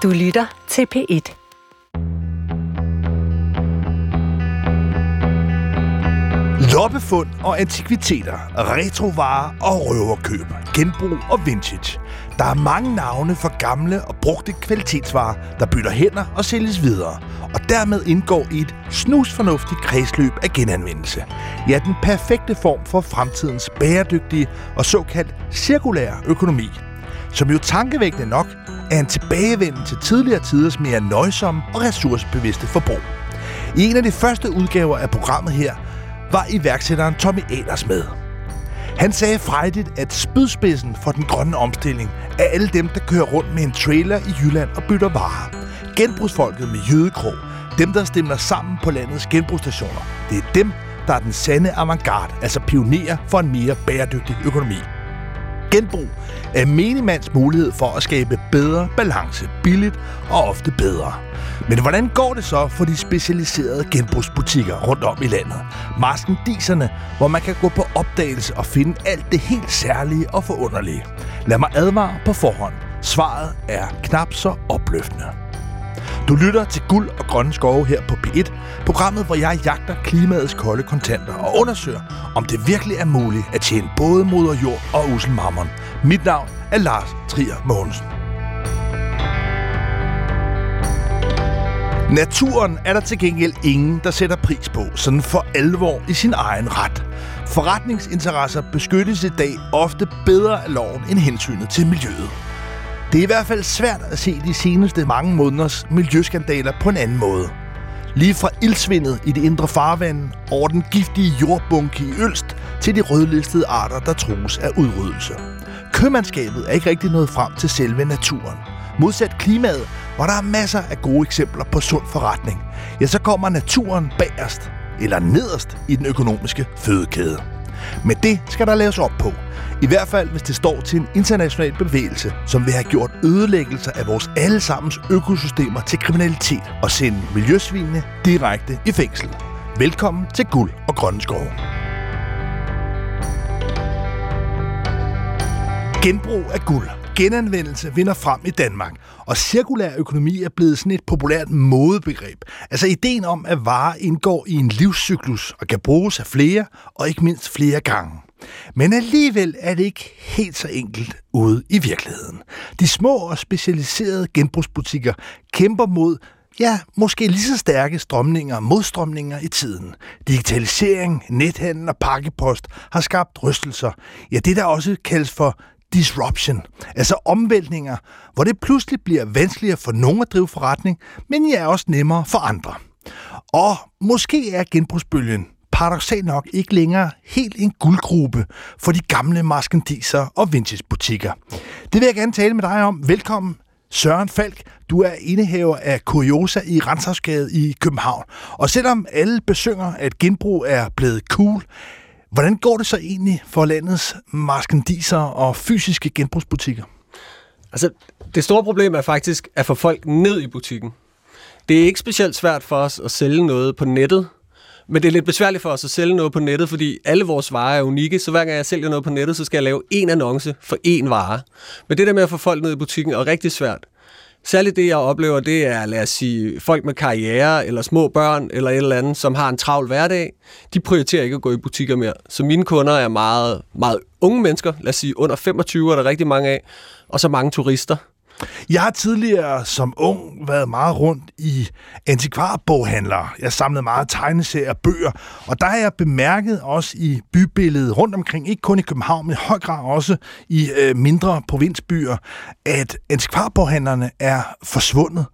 Du lytter til P1. Loppefund og antikviteter, retrovarer og røverkøb, genbrug og vintage. Der er mange navne for gamle og brugte kvalitetsvarer, der bytter hænder og sælges videre, og dermed indgår i et snusfornuftigt kredsløb af genanvendelse. Ja, den perfekte form for fremtidens bæredygtige og såkaldt cirkulære økonomi, som jo tankevækkende nok er en tilbagevenden til tidligere tiders mere nøjsomme og ressourcebevidste forbrug. I en af de første udgaver af programmet her var iværksætteren Tommy Ahlers med. Han sagde frejdigt, at spydspidsen for den grønne omstilling er alle dem, der kører rundt med en trailer i Jylland og bytter varer. Genbrugsfolket med jødekrog, dem der stemmer sammen på landets genbrugsstationer. Det er dem, der er den sande avantgarde, altså pionerer for en mere bæredygtig økonomi. Genbrug er menigmands mulighed for at skabe bedre balance, billigt og ofte bedre. Men hvordan går det så for de specialiserede genbrugsbutikker rundt om i landet? Marskandiserne, hvor man kan gå på opdagelse og finde alt det helt særlige og forunderlige. Lad mig advare på forhånd. Svaret er knap så opløftende. Du lytter til Guld og Grønne Skove her på P1, programmet, hvor jeg jagter klimaets kolde kontanter og undersøger, om det virkelig er muligt at tjene både moder jord og ussel mammon. Mit navn er Lars Trier Mogensen. Naturen er der til gengæld ingen, der sætter pris på, sådan for alvor i sin egen ret. Forretningsinteresser beskyttes i dag ofte bedre af loven end hensynet til miljøet. Det er i hvert fald svært at se de seneste mange måneders miljøskandaler på en anden måde. Lige fra ildsvindet i det indre farvand, over den giftige jordbunke i Ølst, til de rødlistede arter, der trues af udryddelse. Købmandskabet er ikke rigtig nået frem til selve naturen. Modsat klimaet, hvor der er masser af gode eksempler på sund forretning, ja, så kommer naturen bagerst eller nederst i den økonomiske fødekæde. Men det skal der laves op på. I hvert fald, hvis det står til en international bevægelse, som vil have gjort ødelæggelser af vores allesammens økosystemer til kriminalitet og sende miljøsvinene direkte i fængsel. Velkommen til Guld og Grønne Skove. Genbrug af guld. Genanvendelse vinder frem i Danmark, og cirkulær økonomi er blevet sådan et populært modebegreb. Altså ideen om, at varer indgår i en livscyklus og kan bruges af flere, og ikke mindst flere gange. Men alligevel er det ikke helt så enkelt ude i virkeligheden. De små og specialiserede genbrugsbutikker kæmper mod, ja, måske lige så stærke modstrømninger i tiden. Digitalisering, nethandel og pakkepost har skabt rystelser. Ja, det der også kaldes for disruption, altså omvæltninger, hvor det pludselig bliver vanskeligere for nogen at drive forretning, men ja, også nemmere for andre. Og måske er genbrugsbølgen paradoksalt nok ikke længere helt en guldgruppe for de gamle marskandisere og vintagebutikker. Det vil jeg gerne tale med dig om. Velkommen, Søren Falk. Du er indehaver af Curiosa i Rantzausgade i København. Og selvom alle besynger, at genbrug er blevet cool, hvordan går det så egentlig for landets marskandisere og fysiske genbrugsbutikker? Altså, det store problem er faktisk at få folk ned i butikken. Det er ikke specielt svært for os at sælge noget på nettet, men det er lidt besværligt for os at sælge noget på nettet, fordi alle vores varer er unikke, så hver gang jeg sælger noget på nettet, så skal jeg lave en annonce for én vare. Men det der med at få folk ned i butikken er rigtig svært. Særligt det, jeg oplever, det er, lad os sige, folk med karriere, eller små børn, eller et eller andet, som har en travl hverdag. De prioriterer ikke at gå i butikker mere. Så mine kunder er meget, meget unge mennesker, lad os sige under 25, er der rigtig mange af, og så mange turister. Jeg har tidligere som ung været meget rundt i antikvarboghandlere. Jeg samlede meget tegneserier og bøger, og der har jeg bemærket også i bybilledet rundt omkring, ikke kun i København, men i høj grad også i mindre provinsbyer, at antikvarboghandlerne er forsvundet.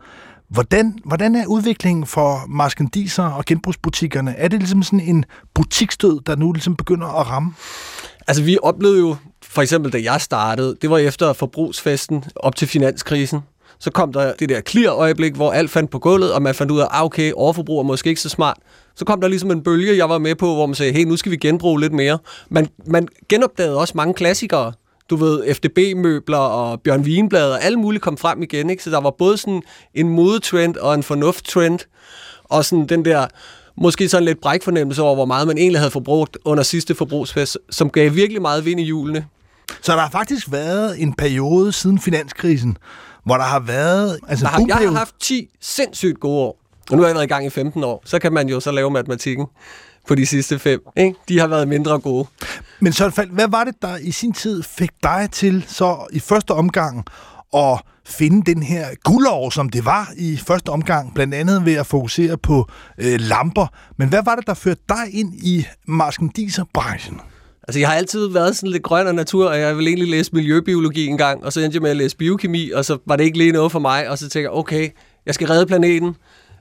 Hvordan er udviklingen for marskandisere og genbrugsbutikkerne? Er det ligesom sådan en butiksdød, der nu ligesom begynder at ramme? Altså, vi oplevede jo, for eksempel da jeg startede, det var efter forbrugsfesten op til finanskrisen. Så kom der det der clear-øjeblik, hvor alt fandt på gulvet, og man fandt ud af, okay, overforbrug er måske ikke så smart. Så kom der ligesom en bølge, jeg var med på, hvor man sagde, hey, nu skal vi genbruge lidt mere. Man genopdagede også mange klassikere. Du ved, FDB-møbler og Bjørn Wienblad og alle mulige kom frem igen, ikke? Så der var både sådan en modetrend og en fornufttrend, og sådan den der måske sådan lidt brækfornemmelse over, hvor meget man egentlig havde forbrugt under sidste forbrugsfest, som gav virkelig meget vind i hjulene. Så der har faktisk været en periode siden finanskrisen, hvor der har været... Altså jeg har haft 10 sindssygt gode år, og nu har jeg været i gang i 15 år. Så kan man jo så lave matematikken på de sidste 5. Ikke? De har været mindre gode. Men så hvad var det, der i sin tid fik dig til så i første omgang at finde den her guldår, som det var i første omgang, blandt andet ved at fokusere på lamper. Men hvad var det, der førte dig ind i marskandisebranchen? Altså, jeg har altid været sådan lidt grøn af natur, og jeg ville egentlig læse miljøbiologi en gang, og så endte jeg med at læse biokemi, og så var det ikke lige noget for mig, og så tænkte jeg, okay, jeg skal redde planeten.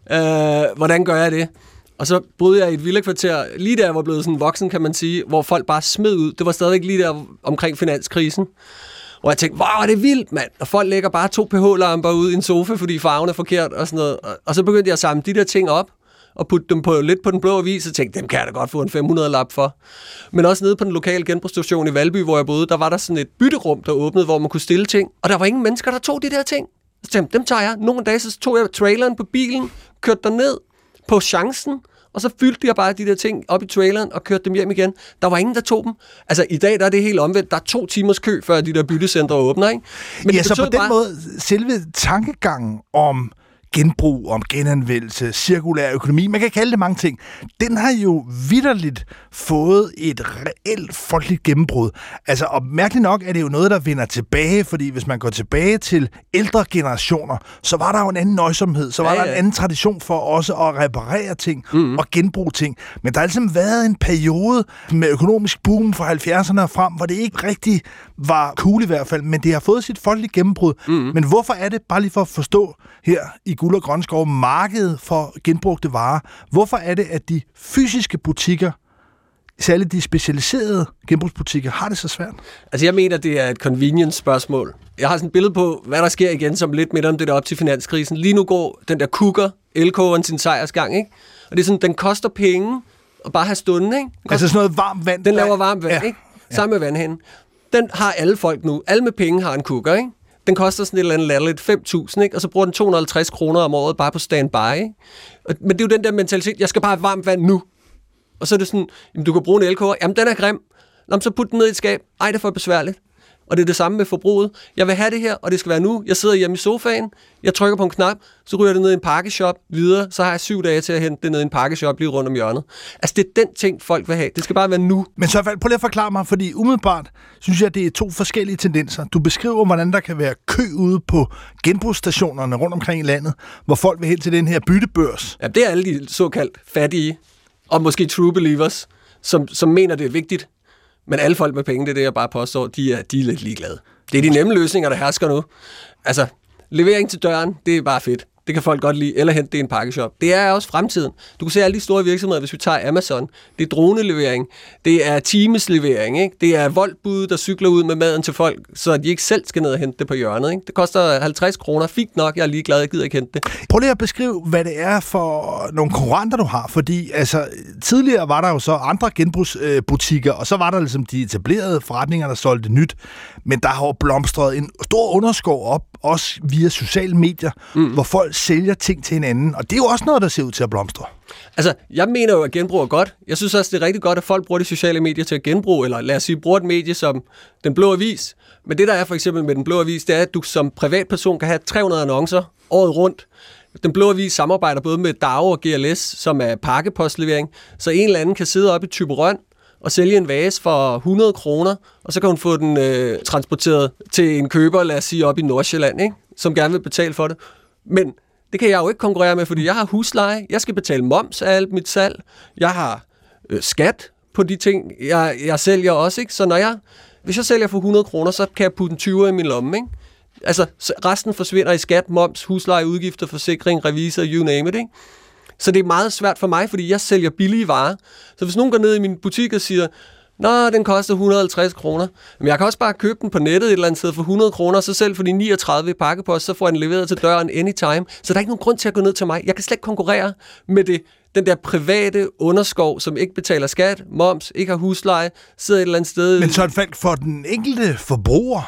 Hvordan gør jeg det? Og så boede jeg i et villakvarter, lige der jeg var blevet sådan voksen, kan man sige, hvor folk bare smed ud. Det var stadigvæk lige der omkring finanskrisen. Og jeg tænkte, wow, er det vildt, mand. Og folk lægger bare 2 pH-lamper ud i en sofa, fordi farven er forkert og sådan noget. Og så begyndte jeg at samle de der ting op, og putte dem lidt på den blå avis, og tænkte, dem kan jeg da godt få en 500-lap for. Men også nede på den lokale genbrugsstation i Valby, hvor jeg boede, der var der sådan et bytterum, der åbnede, hvor man kunne stille ting. Og der var ingen mennesker, der tog de der ting. Så tænkte dem tager jeg. Nogle dage, så tog jeg traileren på bilen, kørte derned på chancen, og så fyldte jeg bare de der ting op i traileren og kørte dem hjem igen. Der var ingen, der tog dem. Altså, i dag der er det helt omvendt. Der er 2 timers kø, før de der byttecentre åbner, ikke? Men ja, så på den måde, selve tankegangen om genbrug, om genanvendelse, cirkulær økonomi, man kan kalde det mange ting, den har jo vitterligt fået et reelt folkeligt gennembrud. Altså, og mærkeligt nok er det jo noget, der vender tilbage, fordi hvis man går tilbage til ældre generationer, så var der jo en anden nøjsomhed, så var der en anden tradition for også at reparere ting og genbruge ting. Men der har altså været en periode med økonomisk boom fra 70'erne og frem, hvor det ikke rigtig var cool i hvert fald, men det har fået sit folkeligt gennembrud. Men hvorfor er det, bare lige for at forstå her i Guld og Grønskov, markedet for genbrugte varer, hvorfor er det, at de fysiske butikker, særligt de specialiserede genbrugsbutikker, har det så svært? Altså, jeg mener, det er et convenience-spørgsmål. Jeg har sådan et billede på, hvad der sker igen, som lidt midt om det der op til finanskrisen. Lige nu går den der Cooker, elkogeren, sin sejrsgang, ikke? Og det er sådan, den koster penge at bare have stående, ikke? Altså sådan noget varmt vand? Den laver varmt vand, ikke? Sammen med vandhænden. Den har alle folk nu. Alle med penge har en Cooker, ikke? Den koster sådan et eller andet latterligt 5.000, ikke? Og så bruger den 250 kroner om året bare på standby, ikke? Men det er jo den der mentalitet, jeg skal bare have varmt vand nu. Og så er det sådan, jamen, du kan bruge en elkoger. Jamen, den er grim. Nå, så put den ned i et skab. Ej, det er for besværligt. Og det er det samme med forbruget. Jeg vil have det her, og det skal være nu. Jeg sidder hjemme i sofaen, jeg trykker på en knap, så ryger det ned i en pakkeshop videre, så har jeg 7 dage til at hente det ned i en pakkeshop lige rundt om hjørnet. Altså, det er den ting, folk vil have. Det skal bare være nu. Men så prøv lige at forklare mig, fordi umiddelbart synes jeg, det er 2 forskellige tendenser. Du beskriver, hvordan der kan være kø ude på genbrugsstationerne rundt omkring i landet, hvor folk vil hen til den her byttebørs. Ja, det er alle de såkaldt fattige, og måske true believers, som mener, det er vigtigt. Men alle folk med penge, det er det, jeg bare påstår, de er lidt ligeglade. Det er de nemme løsninger, der hersker nu. Altså, levering til døren, det er bare fedt. Det kan folk godt lide, eller hente det i en pakkeshop. Det er også fremtiden. Du kan se alle de store virksomheder, hvis vi tager Amazon. Det er dronelevering, det er timeslevering, ikke? Det er voldbud, der cykler ud med maden til folk, så de ikke selv skal ned og hente det på hjørnet, ikke? Det koster 50 kroner. Fint nok, jeg er ligeglad, jeg gider ikke hente det. Prøv lige at beskrive, hvad det er for nogle konkurrenter, du har, fordi altså, tidligere var der jo så andre genbrugsbutikker, og så var der ligesom de etablerede forretninger, der solgte nyt, men der har jo blomstret en stor underskov op, også via sociale medier, hvor folk sælger ting til hinanden, og det er jo også noget, der ser ud til at blomstre. Altså, jeg mener jo, at genbrug er godt. Jeg synes også, det er rigtig godt, at folk bruger de sociale medier til at genbruge, eller lad os sige, bruger et medie som Den Blå Avis. Men det, der er for eksempel med Den Blå Avis, det er, at du som privatperson kan have 300 annoncer året rundt. Den Blå Avis samarbejder både med DAO og GLS, som er pakkepostlevering, så en eller anden kan sidde oppe i Thyborøn og sælge en vase for 100 kroner, og så kan hun få den transporteret til en køber, lad os sige, op i Nordsjælland, ikke? Som gerne vil betale for det. Men det kan jeg jo ikke konkurrere med, fordi jeg har husleje, jeg skal betale moms af alt mit salg, jeg har skat på de ting, jeg sælger også, ikke? Så hvis jeg sælger for 100 kroner, så kan jeg putte en 20 i min lomme, ikke? Altså, resten forsvinder i skat, moms, husleje, udgifter, forsikring, revisor, you name it, ikke? Så det er meget svært for mig, fordi jeg sælger billige varer. Så hvis nogen går ned i min butik og siger, nå, den koster 150 kroner, men jeg kan også bare købe den på nettet et eller andet sted for 100 kroner, så selv for de 39 i pakkepost, så får jeg den leveret til døren anytime. Så der er ikke nogen grund til at gå ned til mig. Jeg kan slet ikke konkurrere med den der private underskov, som ikke betaler skat, moms, ikke har husleje, sidder et eller andet sted. Men så er det for den enkelte forbruger,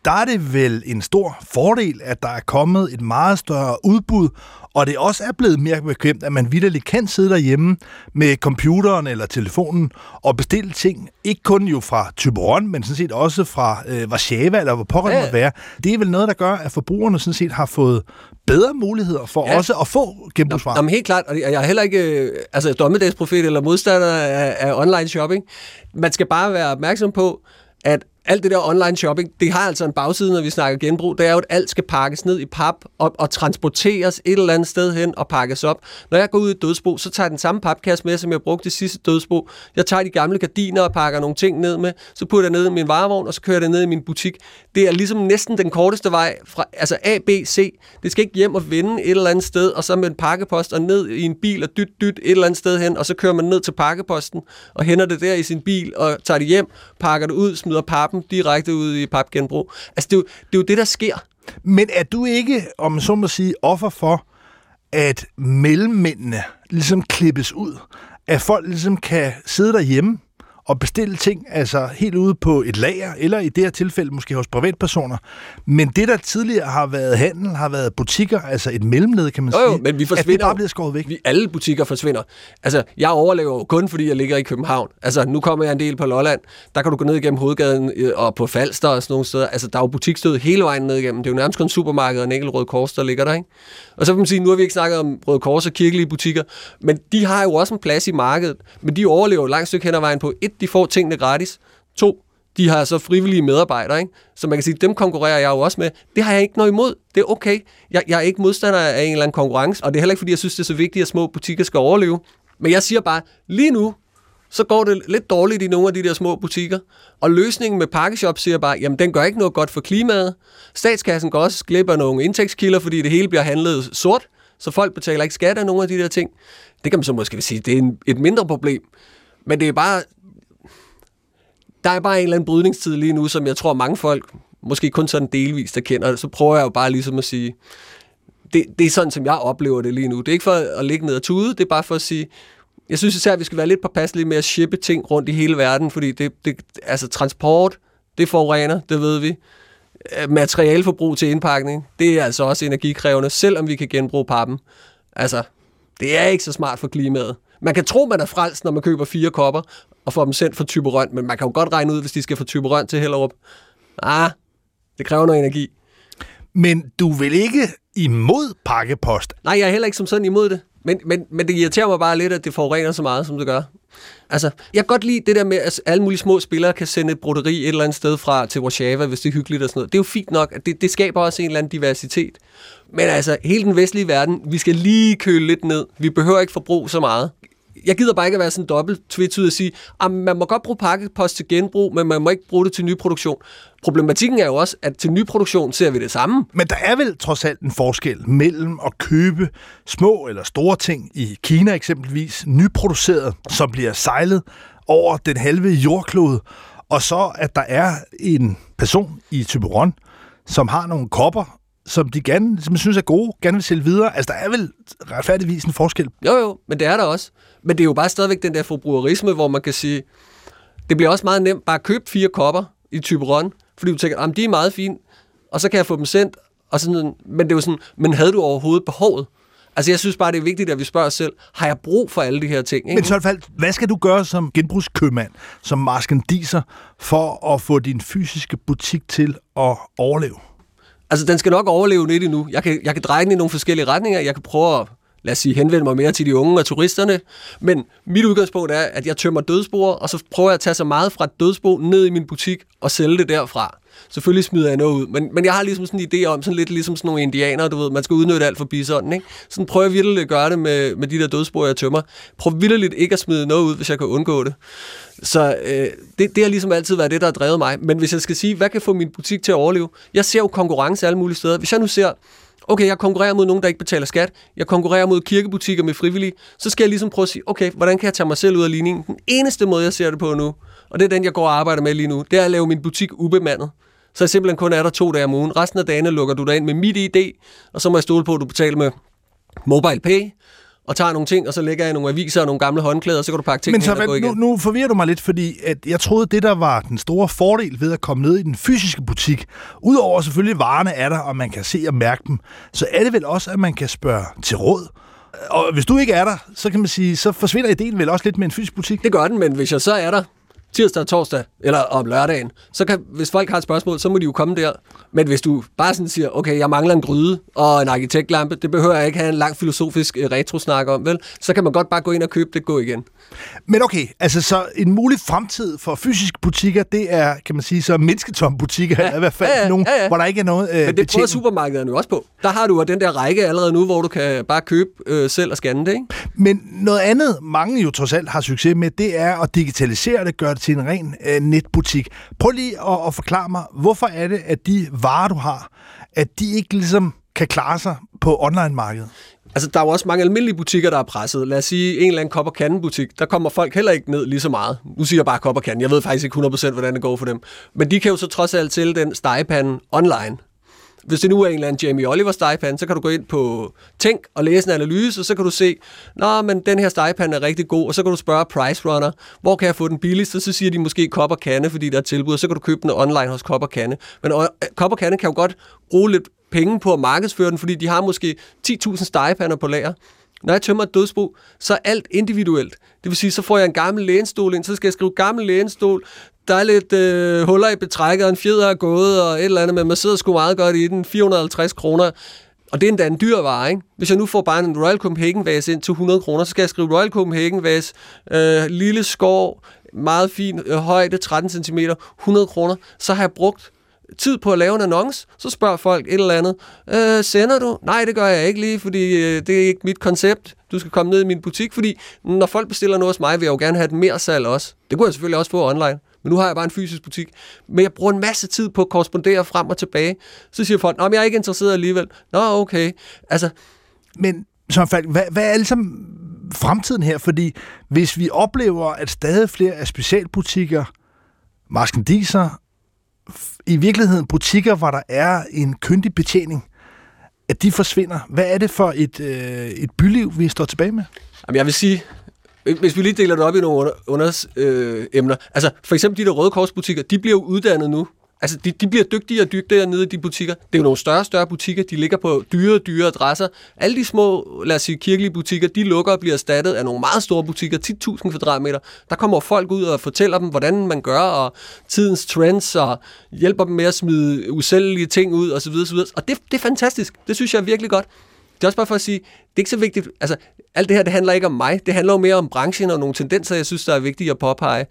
der er det vel en stor fordel, at der er kommet et meget større udbud, og det også er blevet mere bekvemt, at man vitterligt kan sidde derhjemme med computeren eller telefonen og bestille ting, ikke kun jo fra Thyborøn, men sådan set også fra Warszawa, eller hvor pokker det måtte være. Det er vel noget, der gør, at forbrugerne sådan set har fået bedre muligheder for også at få genbrugsvarer. Jamen helt klart, og jeg er heller ikke dommedagsprofet eller modstander af online shopping. Man skal bare være opmærksom på, at alt det der online shopping, det har altså en bagside, når vi snakker genbrug. Det er jo, at alt skal pakkes ned i pap og transporteres et eller andet sted hen og pakkes op. Når jeg går ud i et dødsbo, så tager jeg den samme papkasse med, som jeg brugte det sidste dødsbo. Jeg tager de gamle gardiner og pakker nogle ting ned med, så putter jeg ned i min varevogn, og så kører jeg det ned i min butik. Det er ligesom næsten den korteste vej fra altså A, B, C. Det skal ikke hjem og vende et eller andet sted, og så med en pakkepost og ned i en bil og dyt et eller andet sted hen, og så kører man ned til pakkeposten og henter det der i sin bil og tager det hjem, pakker det ud, smider pappen direkte ud i papgenbrug. Altså, det er jo det, der sker. Men er du ikke, om så må sige, offer for, at mellemmændene ligesom klippes ud? At folk ligesom kan sidde derhjemme og bestille ting, altså helt ude på et lager, eller i det her tilfælde måske hos privatpersoner. Men det, der tidligere har været handel, har været butikker, altså et mellemled, kan man sige. Jo, men vi forsvinder. At det bare bliver skåret væk. Alle butikker forsvinder. Altså, jeg overlever jo kun, fordi jeg ligger i København. Altså, nu kommer jeg en del på Lolland. Der kan du gå ned igennem Hovedgaden og på Falster og sådan nogle steder. Altså, der er jo butikstød hele vejen ned igennem. Det er jo nærmest kun supermarked og en enkelt Røde Kors, der ligger der, ikke? Og så kan man sige, nu har vi ikke snakket om Røde Kors og kirkelige butikker, men de har jo også en plads i markedet. Men de overlever jo et langt stykke hen ad vejen på. 1, de får tingene gratis. 2, de har så frivillige medarbejdere, ikke? Så man kan sige, dem konkurrerer jeg jo også med. Det har jeg ikke noget imod. Det er okay. Jeg er ikke modstander af en eller anden konkurrence, og det er heller ikke, fordi jeg synes, det er så vigtigt, at små butikker skal overleve. Men jeg siger bare, lige nu, så går det lidt dårligt i nogle af de der små butikker. Og løsningen med Pakkeshop siger bare, jamen den gør ikke noget godt for klimaet. Statskassen går også glip af nogle indtægtskilder, fordi det hele bliver handlet sort, så folk betaler ikke skat af nogle af de der ting. Det kan man så måske sige, det er et mindre problem. Men det er bare... Der er bare en eller anden brydningstid lige nu, som jeg tror mange folk, måske kun sådan delvist, der kender. Så prøver jeg jo bare ligesom at sige, det er sådan, som jeg oplever det lige nu. Det er ikke for at ligge ned og tude, det er bare for at sige, jeg synes især, at vi skal være lidt påpasselige med at shippe ting rundt i hele verden, fordi altså transport, det forurener, det ved vi. Materialeforbrug til indpakning, det er altså også energikrævende, selvom vi kan genbruge pappen. Altså, det er ikke så smart for klimaet. Man kan tro, man er frelst, når man køber 4 kopper og får dem sendt fra Thyborøn, men man kan jo godt regne ud, hvis de skal fra Thyborøn til Hellerup. Det kræver noget energi. Men du vil ikke imod pakkepost? Nej, jeg er heller ikke som sådan imod det. Men det irriterer mig bare lidt, at det forurener så meget, som det gør. Altså, jeg kan godt lide det der med, at alle mulige små spillere kan sende et broderi et eller andet sted fra til Warszawa, hvis det er hyggeligt og sådan noget. Det er jo fint nok, at det skaber også en eller anden diversitet. Men altså, hele den vestlige verden, vi skal lige køle lidt ned. Vi behøver ikke forbruge så meget. Jeg gider bare ikke at være sådan dobbelt tvetydig og sige, at man må godt bruge pakkepost til genbrug, men man må ikke bruge det til nyproduktion. Problematikken er jo også, at til nyproduktion ser vi det samme. Men der er vel trods alt en forskel mellem at købe små eller store ting i Kina eksempelvis, nyproduceret, som bliver sejlet over den halve jordklode, og så at der er en person i Thyborøn, som har nogle kopper, som de gerne, som synes er gode, gerne vil sælge videre. Altså, der er vel retfærdigvis en forskel. Jo, men det er der også. Men det er jo bare stadigvæk den der forbrugerisme, hvor man kan sige, det bliver også meget nemt bare at købe 4 kopper i Thyborøn, fordi du tænker, de er meget fine, og så kan jeg få dem sendt, og sådan, men det er jo sådan, men havde du overhovedet behovet? Altså, jeg synes bare, det er vigtigt, at vi spørger os selv, har jeg brug for alle de her ting? Ikke? Men i så fald, hvad skal du gøre som genbrugskøbmand, som markandiser, for at få din fysiske butik til at overleve? Altså, den skal nok overleve lidt endnu. Jeg kan dreje den i nogle forskellige retninger. Jeg kan prøve at, lad os sige, henvende mig mere til de unge og turisterne. Men mit udgangspunkt er, at jeg tømmer dødsboer, og så prøver jeg at tage så meget fra et dødsbo ned i min butik og sælge det derfra. Selvfølgelig smider jeg noget ud, men jeg har ligesom sådan en idé om, sådan lidt ligesom sådan nogle indianere, du ved, man skal udnytte alt for bisonen, ikke? Sådan prøver jeg virkelig at gøre det med de der dødsboer, jeg tømmer. Prøv virkelig ikke at smide noget ud, hvis jeg kan undgå det. Så det har ligesom altid været det, der har drevet mig. Men hvis jeg skal sige, hvad kan få min butik til at overleve? Jeg ser jo konkurrence alle mulige steder. Hvis jeg nu ser, okay, jeg konkurrerer mod nogen, der ikke betaler skat, jeg konkurrerer mod kirkebutikker med frivillige, så skal jeg ligesom prøve at sige, okay, hvordan kan jeg tage mig selv ud af ligningen? Den eneste måde, jeg ser det på nu, og det er den, jeg går og arbejder med lige nu, det er at lave min butik ubemandet. Så jeg simpelthen kun er der 2 dage om ugen. Resten af dagene lukker du dig ind med mit ID, og så må jeg stole på, at du betaler med MobilePay, og tager nogle ting, og så lægger jeg nogle aviser og nogle gamle håndklæder, og så kan du pakke tingene ind og gå igen. Nu forvirrer du mig lidt, fordi at jeg troede, det der var den store fordel ved at komme ned i den fysiske butik, udover selvfølgelig varerne er der, og man kan se og mærke dem, så er det vel også, at man kan spørge til råd. Og hvis du ikke er der, så kan man sige, så forsvinder ideen vel også lidt med en fysisk butik. Det gør den, men hvis jeg så er der tirsdag og torsdag, eller om lørdagen, så kan, hvis folk har et spørgsmål, så må de jo komme der. Men hvis du bare sådan siger, okay, jeg mangler en gryde og en arkitektlampe, det behøver jeg ikke have en lang filosofisk retro-snak om, vel? Så kan man godt bare gå ind og købe det, gå igen. Men okay, altså så en mulig fremtid for fysiske butikker, det er, kan man sige, så mennesketomme butikker, i hvert fald nogen, hvor der ikke er noget men det prøver supermarkederne jo også på. Der har du den der række allerede nu, hvor du kan bare købe selv og scanne det, ikke? Men noget andet, mange jo trods alt har succes med, det er at digitalisere det, gøre det til en ren netbutik. Prøv lige at forklare mig, hvorfor er det, at de varer, du har, at de ikke ligesom kan klare sig på online-markedet? Altså, der er jo også mange almindelige butikker, der er presset. Lad os sige, en eller anden kop- og kande-butik, der kommer folk heller ikke ned lige så meget. Nu siger jeg bare kop- og kande. Jeg ved faktisk ikke 100% hvordan det går for dem. Men de kan jo så trods alt til den stegepande online. Hvis det nu er en eller anden Jamie Oliver stegepande, så kan du gå ind på Tænk og læse en analyse, og så kan du se, men den her stegepande er rigtig god, og så kan du spørge Price Runner, hvor kan jeg få den billigst, og så siger de måske kop og kande, fordi der er tilbud, og så kan du købe den online hos kop og kande. Men kop og kande kan jo godt bruge lidt penge på at markedsføre den, fordi de har måske 10.000 stegepander på lager. Når jeg tømmer et dødsbo, så er alt individuelt. Det vil sige, så får jeg en gammel lænestol ind, så skal jeg skrive gammel lænestol. Der er lidt huller i betrækket, og en fjeder er gået, og et eller andet, men man sidder sgu meget godt i den. 450 kroner. Og det er endda en dyr vare, ikke? Hvis jeg nu får bare en Royal Copenhagen-vase ind til 100 kroner, så skal jeg skrive Royal Copenhagen-vase, lille skov, meget fin højde, 13 cm, 100 kroner. Så har jeg brugt tid på at lave en annonce, så spørger folk et eller andet. Sender du? Nej, det gør jeg ikke lige, fordi det er ikke mit koncept. Du skal komme ned i min butik, fordi når folk bestiller noget hos mig, vil jeg jo gerne have et mere salg også. Det kunne jeg selvfølgelig også få online. Men nu har jeg bare en fysisk butik. Men jeg bruger en masse tid på at korrespondere frem og tilbage. Så siger folk, jeg er ikke interesseret alligevel. Nå, okay. Altså, men hvad er ligesom fremtiden her? Fordi hvis vi oplever, at stadig flere af specialbutikker, marchandiser, i virkeligheden butikker, hvor der er en kyndig betjening, at de forsvinder. Hvad er det for et byliv, vi står tilbage med? Jamen, jeg vil sige, hvis vi lige deler det op i nogle emner. Altså, for eksempel de der Røde Kors-butikker, de bliver jo uddannet nu. Altså, de bliver dygtigere og dygtigere nede i de butikker. Det er jo nogle større butikker, de ligger på dyre adresser. Alle de små, lad os sige, kirkelige butikker, de lukker og bliver erstattet af nogle meget store butikker, 10.000 kvadratmeter. Der kommer folk ud og fortæller dem, hvordan man gør, og tidens trends, og hjælper dem med at smide usælgelige ting ud, osv. Og det er fantastisk. Det synes jeg er virkelig godt. Det er også bare for at sige, det er ikke så vigtigt. Altså, alt det her, det handler ikke om mig. Det handler jo mere om branchen og nogle tendenser, jeg synes, der er vigtige at påpege.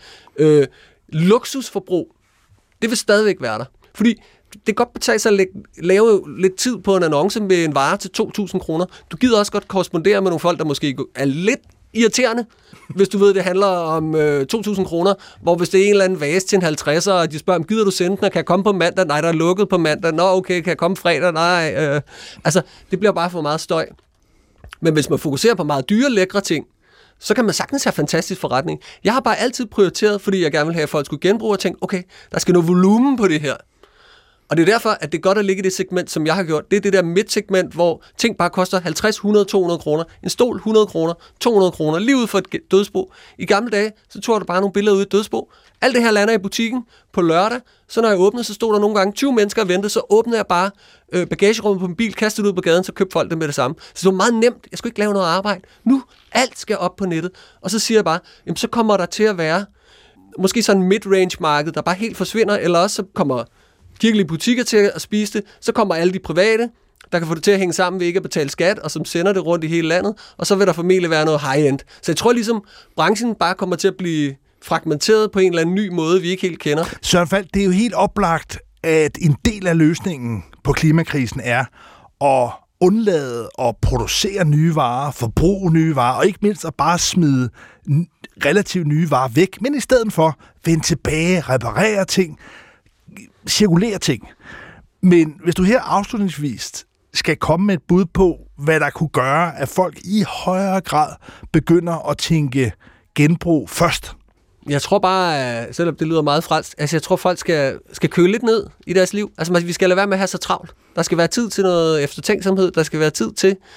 Luksusforbrug, det vil stadigvæk være der. Fordi det kan godt betale sig at lave lidt tid på en annonce med en vare til 2.000 kroner. Du gider også godt korrespondere med nogle folk, der måske er lidt irriterende, hvis du ved, det handler om 2.000 kroner, hvor hvis det er en eller anden vase til en 50'er, og de spørger, gider du sende den, og kan jeg komme på mandag? Nej, der er lukket på mandag. Nå, okay, kan jeg komme fredag? Nej. Altså, det bliver bare for meget støj. Men hvis man fokuserer på meget dyre, lækre ting, så kan man sagtens have fantastisk forretning. Jeg har bare altid prioriteret, fordi jeg gerne vil have, at folk skulle genbruge, og tænke, okay, der skal noget volumen på det her. Og det er derfor, at det er godt at ligge i det segment, som jeg har gjort. Det er det der midtsegment, hvor ting bare koster 50, 100, 200 kroner. En stol 100 kroner, 200 kroner, lige ud for et dødsbo. I gamle dage, så tog du bare nogle billeder ud i et dødsbo. Alt det her lander i butikken på lørdag. Så når jeg åbnede, så stod der nogle gange 20 mennesker og ventede. Så åbnede jeg bare bagagerummet på en bil, kastede det ud på gaden, så købte folk det med det samme. Så det var meget nemt. Jeg skulle ikke lave noget arbejde. Nu, alt skal op på nettet. Og så siger jeg bare, jamen, så kommer der til at være måske sådan en mid-range marked, der bare helt forsvinder, eller også så kommer kirkelige butikker til at spise det, så kommer alle de private, der kan få det til at hænge sammen ved ikke at betale skat, og som sender det rundt i hele landet, og så vil der formentlig være noget high-end. Så jeg tror ligesom, branchen bare kommer til at blive fragmenteret på en eller anden ny måde, vi ikke helt kender. Søren Falk, det er jo helt oplagt, at en del af løsningen på klimakrisen er at undlade at producere nye varer, forbruge nye varer, og ikke mindst at bare smide relativt nye varer væk, men i stedet for vende tilbage, reparere ting, cirkulere ting. Men hvis du her afslutningsvis skal komme med et bud på, hvad der kunne gøre, at folk i højere grad begynder at tænke genbrug først. Jeg tror bare, selvom det lyder meget fransk, altså jeg tror, folk skal køle lidt ned i deres liv. Altså vi skal lade være med at have så travlt. Der skal være tid til noget eftertænksomhed. Der skal være tid til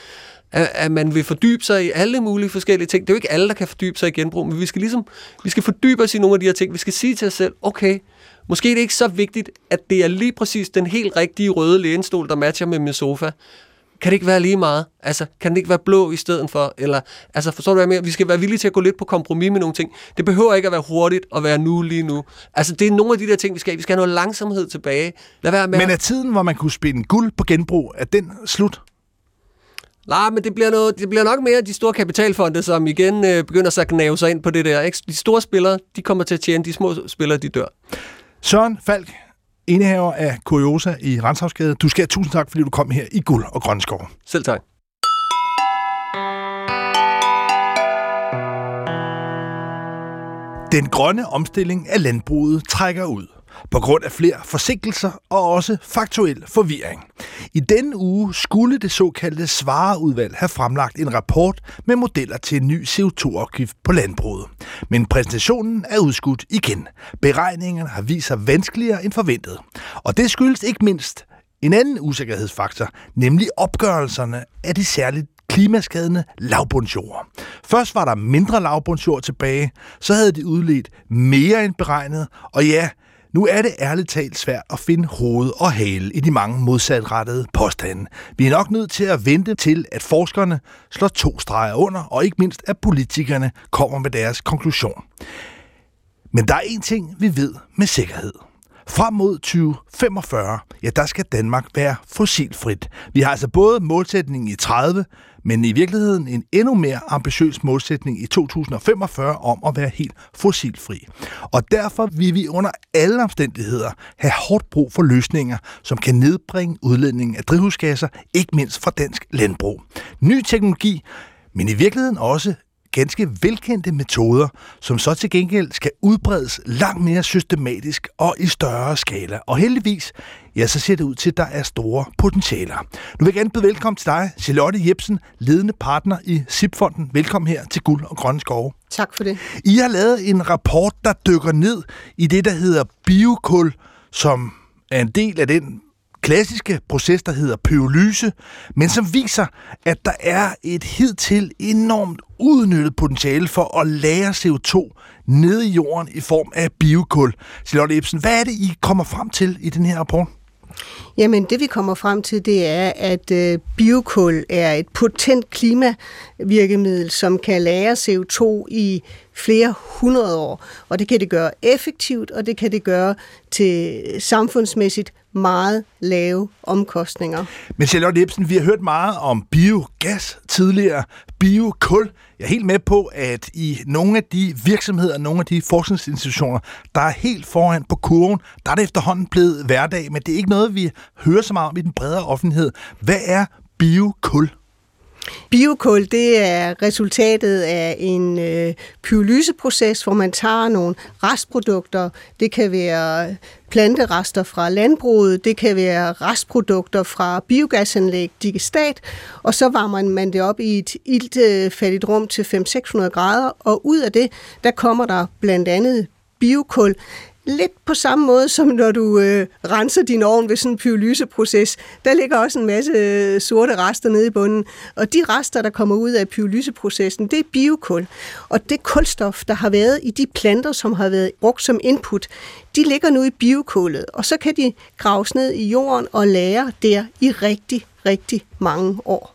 at man vil fordybe sig i alle mulige forskellige ting. Det er jo ikke alle, der kan fordybe sig i genbrug, men vi skal fordybe os i nogle af de her ting. Vi skal sige til os selv, okay, måske er det ikke så vigtigt, at det er lige præcis den helt rigtige røde lænestol, der matcher med min sofa. Kan det ikke være lige meget? Altså, kan det ikke være blå i stedet for? Eller, altså, forstår du hvad jeg mener? Vi skal være villige til at gå lidt på kompromis med nogle ting. Det behøver ikke at være hurtigt og være nu lige nu. Altså, det er nogle af de der ting, vi skal have noget langsomhed tilbage. Lad være med. Men er tiden, hvor man kunne spinde guld på genbrug, er den slut? Nej, men det bliver nok mere de store kapitalfonde, som igen begynder at gnave sig ind på det der. Ikke? De store spillere, de kommer til at tjene, de små spillere, de dør. Søren Falk, indehaver af Curiosa i Rantzausgade. Du skal have tusind tak, fordi du kom her i Guld og Grønne Skove. Selv tak. Den grønne omstilling af landbruget trækker ud på grund af flere forsinkelser og også faktuel forvirring. I denne uge skulle det såkaldte Svarerudvalg have fremlagt en rapport med modeller til en ny CO2-afgift på landbruget. Men præsentationen er udskudt igen. Beregningerne har vist sig vanskeligere end forventet. Og det skyldes ikke mindst en anden usikkerhedsfaktor, nemlig opgørelserne af de særligt klimaskadende lavbundsjord. Først var der mindre lavbundsjord tilbage, så havde de udledt mere end beregnet, og ja, nu er det ærligt talt svært at finde hoved og hale i de mange modsatrettede påstande. Vi er nok nødt til at vente til, at forskerne slår 2 streger under, og ikke mindst, at politikerne kommer med deres konklusion. Men der er en ting, vi ved med sikkerhed. Frem mod 2045, ja, der skal Danmark være fossilfrit. Vi har altså både målsætningen i 30, men i virkeligheden en endnu mere ambitiøs målsætning i 2045 om at være helt fossilfri. Og derfor vil vi under alle omstændigheder have hårdt brug for løsninger, som kan nedbringe udledningen af drivhusgasser, ikke mindst fra dansk landbrug. Ny teknologi, men i virkeligheden også ganske velkendte metoder, som så til gengæld skal udbredes langt mere systematisk og i større skala. Og heldigvis, ja, så ser det ud til, at der er store potentialer. Nu vil jeg gerne byde velkommen til dig, Charlotte Jepsen, ledende partner i SIP-fonden. Velkommen her til Guld og Grønne Skove. Tak for det. I har lavet en rapport, der dykker ned i det, der hedder biokul, som er en del af den klassiske proces, der hedder pyrolyse, men som viser, at der er et hidtil enormt udnyttet potentiale for at lagre CO2 nede i jorden i form af biokul. Charlotte Jepsen, hvad er det, I kommer frem til i den her rapport? Jamen, det vi kommer frem til, det er, at biokul er et potent klimavirkemiddel, som kan lagre CO2 i flere 100 år. Og det kan det gøre effektivt, og det kan det gøre til samfundsmæssigt meget lave omkostninger. Men Charlotte Jepsen, vi har hørt meget om biogas tidligere, biokul. Jeg er helt med på, at i nogle af de virksomheder, nogle af de forskningsinstitutioner, der er helt foran på kurven, der er det efterhånden blevet hverdag, men det er ikke noget, vi hører så meget om i den bredere offentlighed. Hvad er biokul? Biokul, det er resultatet af en pyrolyseproces, hvor man tager nogle restprodukter. Det kan være planterester fra landbruget, det kan være restprodukter fra biogasanlæg, digestat, og så varmer man det op i et iltfattigt rum til 500-600 grader, og ud af det, der kommer der blandt andet biokul. Lidt på samme måde, som når du renser din ovn ved sådan en pyrolyseproces. Der ligger også en masse sorte rester nede i bunden. Og de rester, der kommer ud af pyrolyseprocessen, det er biokul. Og det kulstof, der har været i de planter, som har været brugt som input, de ligger nu i biokullet. Og så kan de graves ned i jorden og lagre der i rigtig, rigtig mange år.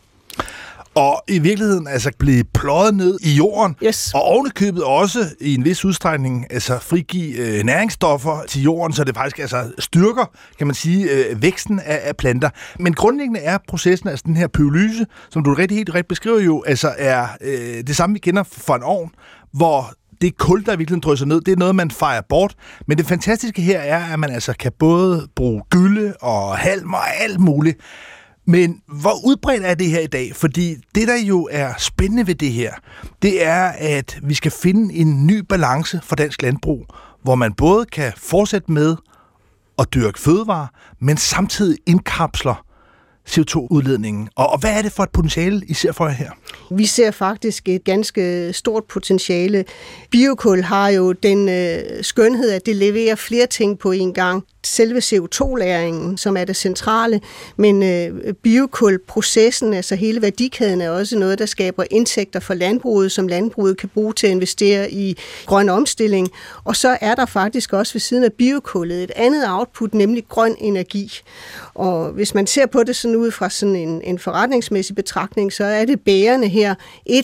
Og i virkeligheden altså blive pløjet ned i jorden, yes. Og ovenikøbet også i en vis udstrækning altså frigive næringsstoffer til jorden, så det faktisk altså styrker, kan man sige, væksten af planter. Men grundlæggende er processen, altså den her pyrolyse, som du helt rigtigt beskriver jo, altså er det samme, vi kender fra en ovn, hvor det kul, der virkelig drysser ned, det er noget, man fejrer bort. Men det fantastiske her er, at man altså kan både bruge gylle og halm og alt muligt. Men hvor udbredt er det her i dag? Fordi det, der jo er spændende ved det her, det er, at vi skal finde en ny balance for dansk landbrug, hvor man både kan fortsætte med at dyrke fødevarer, men samtidig indkapsler CO2-udledningen. Og hvad er det for et potentiale, I ser for jer her? Vi ser faktisk et ganske stort potentiale. Biokul har jo den skønhed, at det leverer flere ting på en gang. selve CO2-lagringen, som er det centrale, men biokulprocessen, altså hele værdikæden, er også noget, der skaber indtægter for landbruget, som landbruget kan bruge til at investere i grøn omstilling. Og så er der faktisk også ved siden af biokullet et andet output, nemlig grøn energi. Og hvis man ser på det sådan ud fra sådan en forretningsmæssig betragtning, så er det bærende her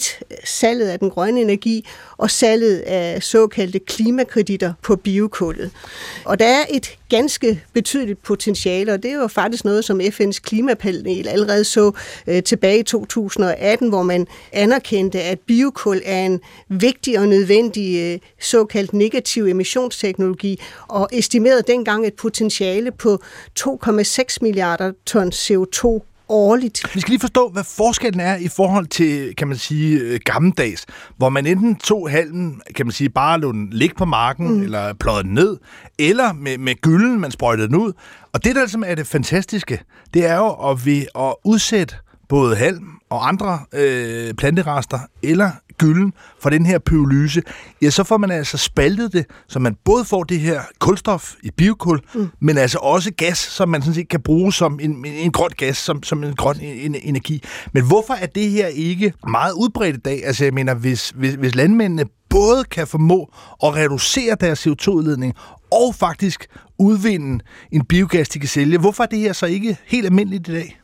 salget af den grønne energi og salget af såkaldte klimakreditter på biokullet. Og der er et ganske betydeligt potentiale, og det er jo faktisk noget, som FN's klimapanel allerede så tilbage i 2018, hvor man anerkendte, at biokul er en vigtig og nødvendig såkaldt negativ emissionsteknologi, og estimerede dengang et potentiale på 2,6 milliarder ton CO2 årligt. Vi skal lige forstå, hvad forskellen er i forhold til, kan man sige, gammeldags, hvor man enten tog halmen, kan man sige, bare lod den ligge på marken, eller pløjede den ned, eller med gylden, man sprøjtede den ud. Og det, der ligesom er det fantastiske, det er jo at udsætte både halm og andre planterester eller gylden fra den her pyrolyse, ja, så får man altså spaltet det, så man både får det her kulstof i biokul, men altså også gas, som man sådan set kan bruge som en grøn gas, som en grøn energi. Men hvorfor er det her ikke meget udbredt i dag? Altså jeg mener, hvis landmændene både kan formå at reducere deres CO2-udledning og faktisk udvinde en biogas, de kan sælge, hvorfor er det her så ikke helt almindeligt i dag?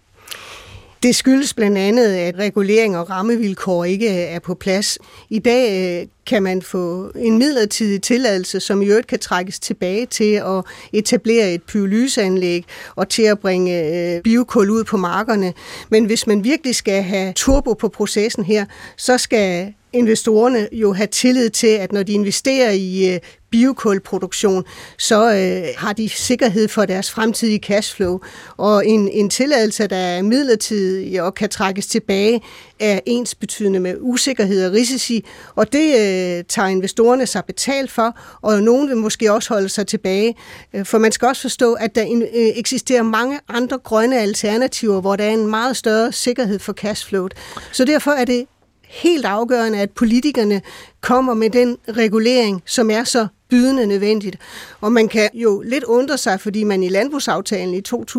Det skyldes blandt andet, at regulering og rammevilkår ikke er på plads. I dag kan man få en midlertidig tilladelse, som i øvrigt kan trækkes tilbage til at etablere et pyrolyseanlæg og til at bringe biokul ud på markerne. Men hvis man virkelig skal have turbo på processen her, så skal investorerne jo have tillid til, at når de investerer i biokulproduktion, så har de sikkerhed for deres fremtidige cashflow. Og en tilladelse, der er midlertidig og kan trækkes tilbage, er ensbetydende med usikkerhed og risici, og det tager investorerne sig betalt for, og nogen vil måske også holde sig tilbage. For man skal også forstå, at der eksisterer mange andre grønne alternativer, hvor der er en meget større sikkerhed for cashflowet. Så derfor er det helt afgørende, at politikerne kommer med den regulering, som er så bydende nødvendigt. Og man kan jo lidt undre sig, fordi man i landbrugsaftalen i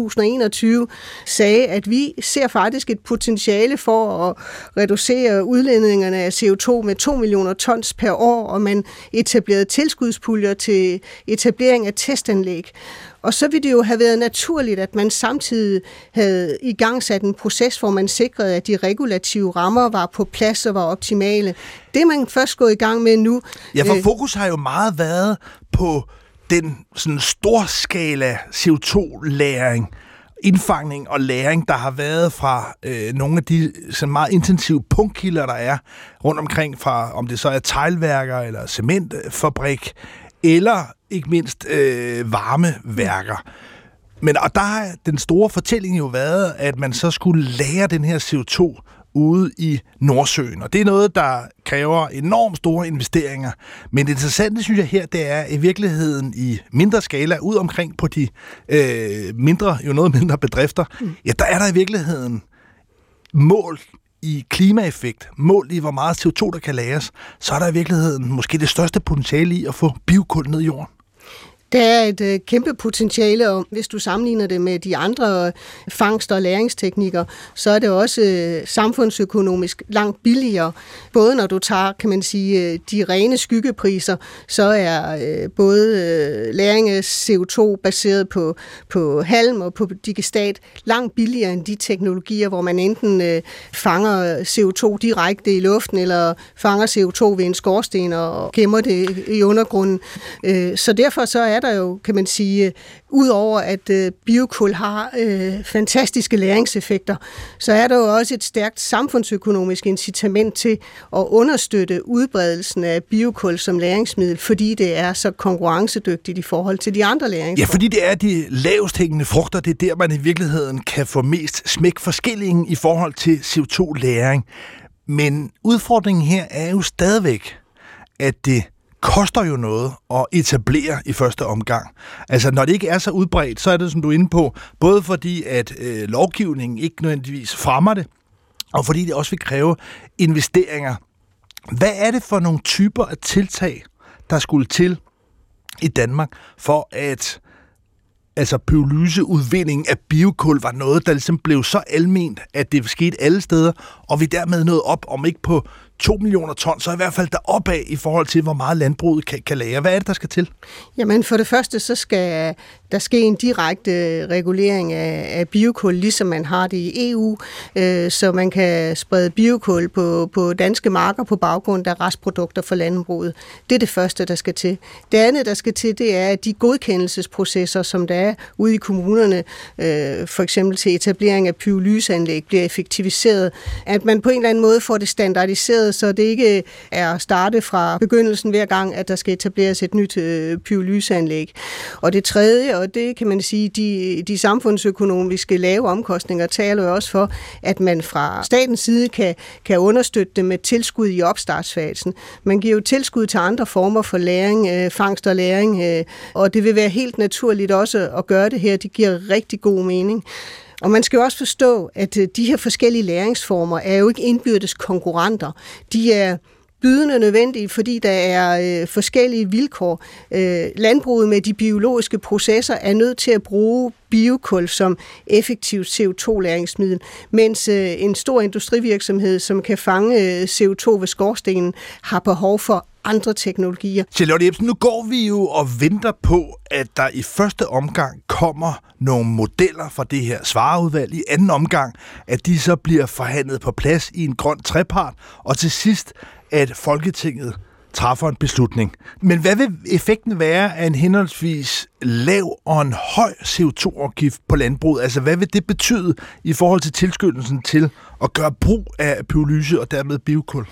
2021 sagde, at vi ser faktisk et potentiale for at reducere udledningerne af CO2 med 2 millioner tons per år, og man etablerede tilskudspuljer til etablering af testanlæg. Og så ville det jo have været naturligt, at man samtidig havde igangsat en proces, hvor man sikrede, at de regulative rammer var på plads og var optimale. Det er man først gået i gang med nu. Ja, for fokus har jo meget været på den sådan storskala CO2-lagring, indfangning og lagring, der har været fra nogle af de sådan meget intensive punktkilder, der er rundt omkring, fra om det så er teglværker eller cementfabrik, eller ikke mindst varmeværker. Og der har den store fortælling jo været, at man så skulle lagre den her CO2 ude i Nordsøen. Og det er noget, der kræver enormt store investeringer. Men det interessante, synes jeg her, det er i virkeligheden i mindre skala, ud omkring på de noget mindre bedrifter, ja, der er der i virkeligheden mål i klimaeffekt, mål i hvor meget CO2 der kan lagres, så er der i virkeligheden måske det største potentiale i at få biokul ned i jorden. Der er et kæmpe potentiale, og hvis du sammenligner det med de andre fangst- og læringsteknikker, så er det også samfundsøkonomisk langt billigere. Både når du tager, kan man sige, de rene skyggepriser, så er både lagring af CO2 baseret på halm og på digestat langt billigere end de teknologier, hvor man enten fanger CO2 direkte i luften, eller fanger CO2 ved en skorsten og gemmer det i undergrunden. Så derfor så er der jo, kan man sige, udover at biokul har fantastiske læringseffekter, så er der jo også et stærkt samfundsøkonomisk incitament til at understøtte udbredelsen af biokul som læringsmiddel, fordi det er så konkurrencedygtigt i forhold til de andre læringsformer. Ja, fordi det er de lavest hængende frugter, det er der, man i virkeligheden kan få mest smæk for skillingen i forhold til CO2-læring. Men udfordringen her er jo stadigvæk, at det koster jo noget at etablere i første omgang. Altså, når det ikke er så udbredt, så er det, som du er inde på, både fordi, at lovgivningen ikke nødvendigvis fremmer det, og fordi det også vil kræve investeringer. Hvad er det for nogle typer af tiltag, der skulle til i Danmark, for at altså pyrolyseudvinding af biokul var noget, der ligesom blev så alment, at det skete alle steder, og vi dermed nåede op, om ikke på 2 millioner ton, så i hvert fald deroppe af i forhold til, hvor meget landbruget kan lagre. Hvad er det, der skal til? Jamen for det første, så skal der ske en direkte regulering af biokul, ligesom man har det i EU, så man kan sprede biokul på danske marker på baggrund af restprodukter for landbruget. Det er det første, der skal til. Det andet, der skal til, det er, at de godkendelsesprocesser, som der er ude i kommunerne, for eksempel til etablering af pyrolyseanlæg, bliver effektiviseret. At man på en eller anden måde får det standardiseret, så det ikke er startet fra begyndelsen hver gang, at der skal etableres et nyt pyrolyseanlæg. Og det tredje, og det kan man sige, de samfundsøkonomiske lave omkostninger taler jo også for, at man fra statens side kan understøtte det med tilskud i opstartsfasen. Man giver jo tilskud til andre former for læring, fangst og læring, og det vil være helt naturligt også at gøre det her. Det giver rigtig god mening. Og man skal jo også forstå, at de her forskellige læringsformer er jo ikke indbyrdes konkurrenter. De er bydende nødvendige, fordi der er forskellige vilkår. Landbruget med de biologiske processer er nødt til at bruge biokul som effektivt CO2-læringsmiddel, mens en stor industrivirksomhed, som kan fange CO2 ved skorstenen, har behov for andre teknologier. Charlotte Jepsen, nu går vi jo og venter på, at der i første omgang kommer nogle modeller fra det her svareudvalg. I anden omgang, at de så bliver forhandlet på plads i en grøn trepart, og til sidst, at Folketinget træffer en beslutning. Men hvad vil effekten være af en henholdsvis lav og en høj CO2-afgift på landbruget? Altså, hvad vil det betyde i forhold til tilskyndelsen til at gøre brug af pyrolyse og dermed biokul?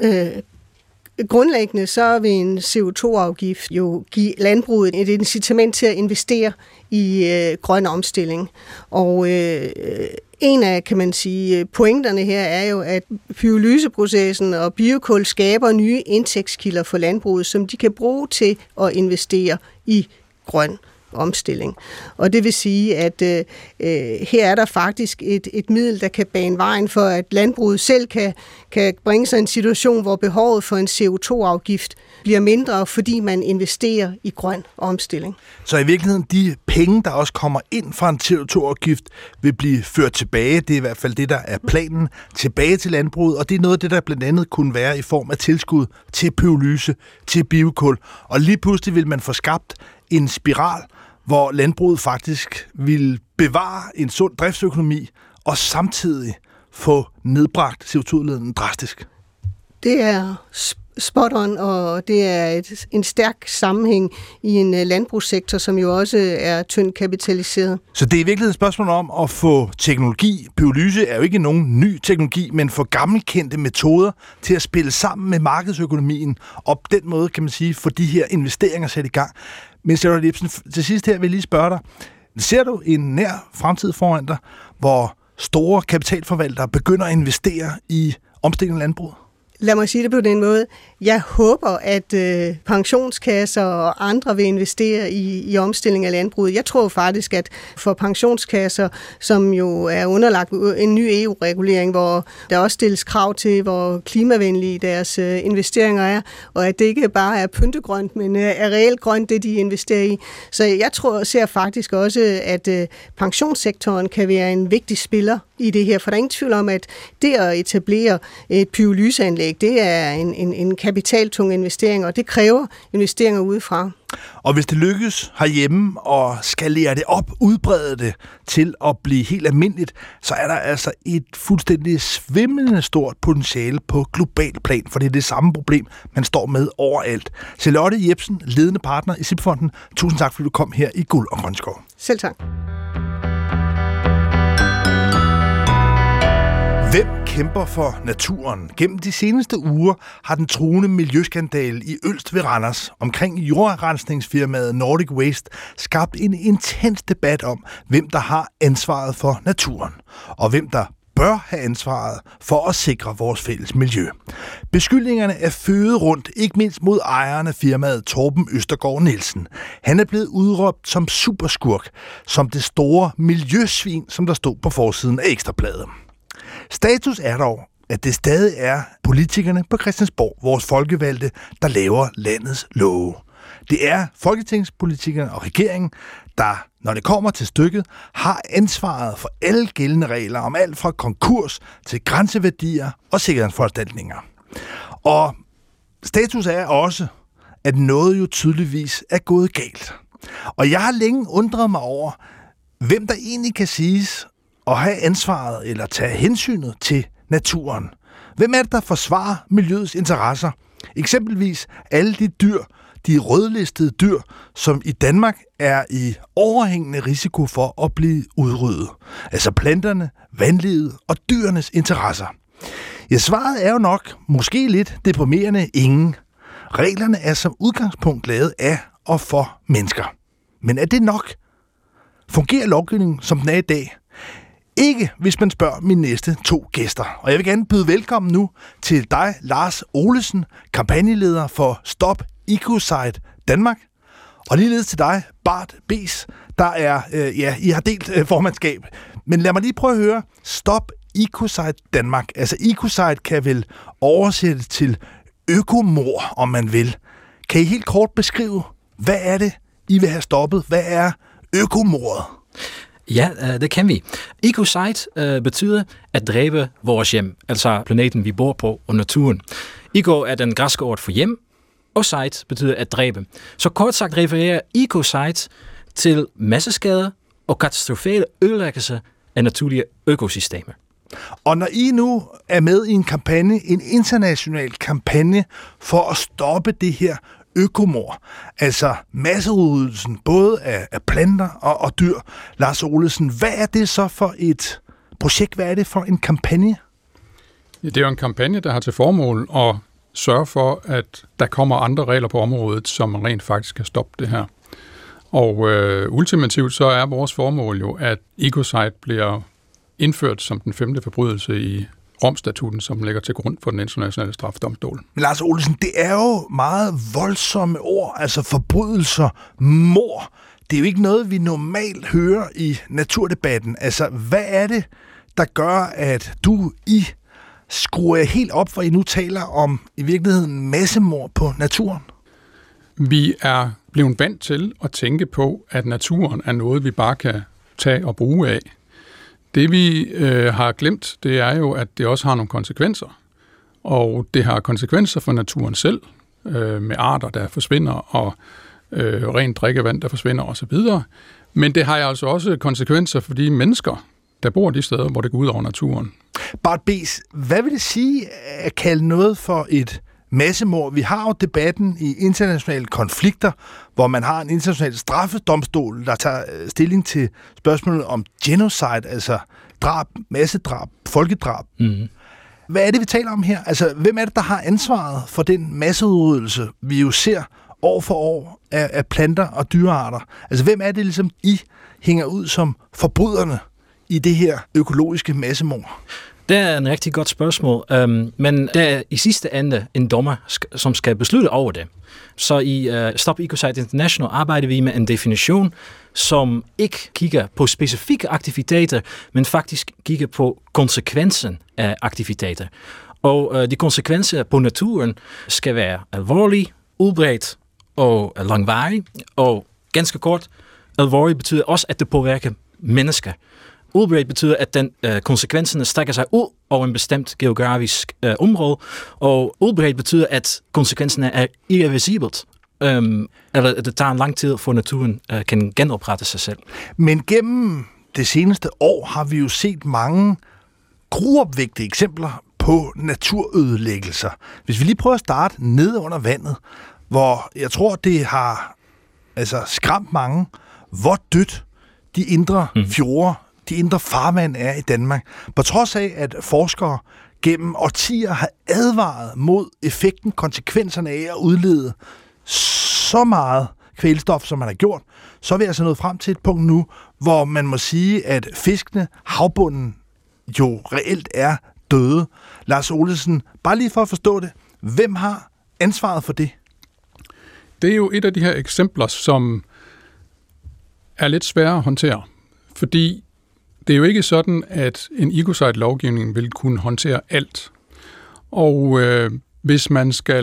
Grundlæggende så vil en CO2-afgift jo give landbruget et incitament til at investere i grøn omstilling. Og en af, kan man sige, pointerne her er jo, at pyrolyseprocessen og biokul skaber nye indtægtskilder for landbruget, som de kan bruge til at investere i grøn omstilling. Og det vil sige, at her er der faktisk et middel, der kan bane vejen for, at landbruget selv kan bringe sig i en situation, hvor behovet for en CO2-afgift bliver mindre, fordi man investerer i grøn omstilling. Så i virkeligheden, de penge, der også kommer ind fra en CO2-afgift, vil blive ført tilbage. Det er i hvert fald det, der er planen, tilbage til landbruget, og det er noget af det, der blandt andet kunne være i form af tilskud til pyrolyse, til biokul. Og lige pludselig vil man få skabt en spiral, hvor landbruget faktisk vil bevare en sund driftsøkonomi og samtidig få nedbragt CO2-udledningen drastisk. Det er spot on, og det er en stærk sammenhæng i en landbrugssektor, som jo også er tyndt kapitaliseret. Så det er i virkeligheden et spørgsmål om at få teknologi. Pyrolyse er jo ikke nogen ny teknologi, men få gammelkendte metoder til at spille sammen med markedsøkonomien, og på den måde, kan man sige, få de her investeringer sat i gang. Men Charlotte Jepsen, til sidst her vil jeg lige spørge dig. Ser du en nær fremtid foran dig, hvor store kapitalforvaltere begynder at investere i omstilling af landbruget? Lad mig sige det på den måde. Jeg håber, at pensionskasser og andre vil investere i omstilling af landbruget. Jeg tror faktisk, at for pensionskasser, som jo er underlagt en ny EU-regulering, hvor der også stilles krav til, hvor klimavenlige deres investeringer er, og at det ikke bare er pyntegrønt, men er reelt grønt, det de investerer i. Så jeg ser faktisk også, at pensionssektoren kan være en vigtig spiller i det her, for der er ingen tvivl om, at det at etablere et pyrolyseanlæg, det er en kapitaltung investering, og det kræver investeringer udefra. Og hvis det lykkes herhjemme og skalere det op, udbrede det til at blive helt almindeligt, så er der altså et fuldstændig svimlende stort potentiale på global plan, for det er det samme problem, man står med overalt. Charlotte Jepsen, ledende partner i SIP-fonden. Tusind tak, fordi du kom her i Guld og Grøn Skov. Selv tak. Hvem kæmper for naturen? Gennem de seneste uger har den truende miljøskandale i Ølst ved Randers omkring jordrensningsfirmaet Nordic Waste skabt en intens debat om, hvem der har ansvaret for naturen, og hvem der bør have ansvaret for at sikre vores fælles miljø. Beskyldningerne er føget rundt, ikke mindst mod ejeren af firmaet Torben Østergaard Nielsen. Han er blevet udråbt som superskurk, som det store miljøsvin, som der stod på forsiden af Ekstrabladet. Status er dog, at det stadig er politikerne på Christiansborg, vores folkevalgte, der laver landets love. Det er folketingspolitikerne og regeringen, der, når det kommer til stykket, har ansvaret for alle gældende regler om alt fra konkurs til grænseværdier og sikkerhedsforanstaltninger. Og status er også, at noget jo tydeligvis er gået galt. Og jeg har længe undret mig over, hvem der egentlig kan siges at have ansvaret eller tage hensynet til naturen. Hvem er det, der forsvarer miljøets interesser? Eksempelvis alle de dyr, de rødlistede dyr, som i Danmark er i overhængende risiko for at blive udryddet. Altså planterne, vandlivet og dyrenes interesser. Ja, svaret er jo nok, måske lidt deprimerende, ingen. Reglerne er som udgangspunkt lavet af og for mennesker. Men er det nok? Fungerer lovgivningen, som den er i dag? Ikke, hvis man spørger mine næste 2 gæster. Og jeg vil gerne byde velkommen nu til dig, Lars Olesen, kampagneleder for Stop Ecocide Danmark. Og ligeledes til dig, Bart Bees, der er, I har delt formandskab. Men lad mig lige prøve at høre, Stop Ecocide Danmark. Altså ecocide kan vel oversættes til økomord, om man vil. Kan I helt kort beskrive, hvad er det, I vil have stoppet? Hvad er økomordet? Ja, det kan vi. Ecocide betyder at dræbe vores hjem, altså planeten, vi bor på, og naturen. Eco er den græske ord for hjem, og site betyder at dræbe. Så kort sagt refererer ecocide til masseskader og katastrofale ødelæggelser af naturlige økosystemer. Og når I nu er med i en kampagne, en international kampagne for at stoppe det her økomord, altså masseudryddelsen både af planter og dyr, Lars Olesen, hvad er det så for et projekt? Hvad er det for en kampagne? Ja, det er jo en kampagne, der har til formål at sørge for, at der kommer andre regler på området, som rent faktisk kan stoppe det her. Og ultimativt så er vores formål jo, at ecocide bliver indført som den 5. forbrydelse i Romstatuten, som ligger til grund for den internationale straffedomstol. Men Lars Olesen, det er jo meget voldsomme ord, altså forbrydelser, mord. Det er jo ikke noget, vi normalt hører i naturdebatten. Altså, hvad er det, der gør, at I skruer helt op, for I nu taler om i virkeligheden massemord på naturen? Vi er blevet vant til at tænke på, at naturen er noget, vi bare kan tage og bruge af. Det vi har glemt, det er jo, at det også har nogle konsekvenser. Og det har konsekvenser for naturen selv, med arter, der forsvinder, og rent drikkevand, der forsvinder osv. Men det har altså også konsekvenser for de mennesker, der bor de steder, hvor det går ud over naturen. Bart Bees, hvad vil det sige at kalde noget for et massemord? Vi har jo debatten i internationale konflikter, hvor man har en international straffedomstol, der tager stilling til spørgsmålet om genocide, altså drab, massedrab, folkedrab. Mm. Hvad er det, vi taler om her? Altså, hvem er det, der har ansvaret for den masseudryddelse, vi jo ser år for år af planter og dyrearter? Altså, hvem er det, ligesom I hænger ud som forbryderne i det her økologiske massemord? Det er en rigtig godt spørgsmål, men der er i sidste ende en dommer, som skal beslutte over det. Så i Stop Ecocide International arbejder vi med en definition, som ikke kigger på specifikke aktiviteter, men faktisk kigger på konsekvensen af aktiviteter. Og de konsekvenser på naturen skal være alvorlige, udbredt og langvarige. Og ganske kort, alvorlige betyder også, at det påvirker mennesker. Udbredt betyder, at konsekvenserne strækker sig ud over en bestemt geografisk område, og udbredt betyder, at konsekvenserne er irreversibelt, eller det tager en lang tid, for naturen kan genoprette sig selv. Men gennem det seneste år har vi jo set mange gruopvægtige eksempler på naturødelæggelser. Hvis vi lige prøver at starte nede under vandet, hvor jeg tror, det har skræmt mange, hvor dødt de indre fjorde, de indre farvand er i Danmark. På trods af, at forskere gennem årtier har advaret mod effekten, konsekvenserne af at udlede så meget kvælstof, som man har gjort, så er vi altså nået frem til et punkt nu, hvor man må sige, at fiskene, havbunden, jo reelt er døde. Lars Olesen, bare lige for at forstå det, hvem har ansvaret for det? Det er jo et af de her eksempler, som er lidt svære at håndtere, fordi det er jo ikke sådan, at en ecocide-lovgivning vil kunne håndtere alt. Og hvis man skal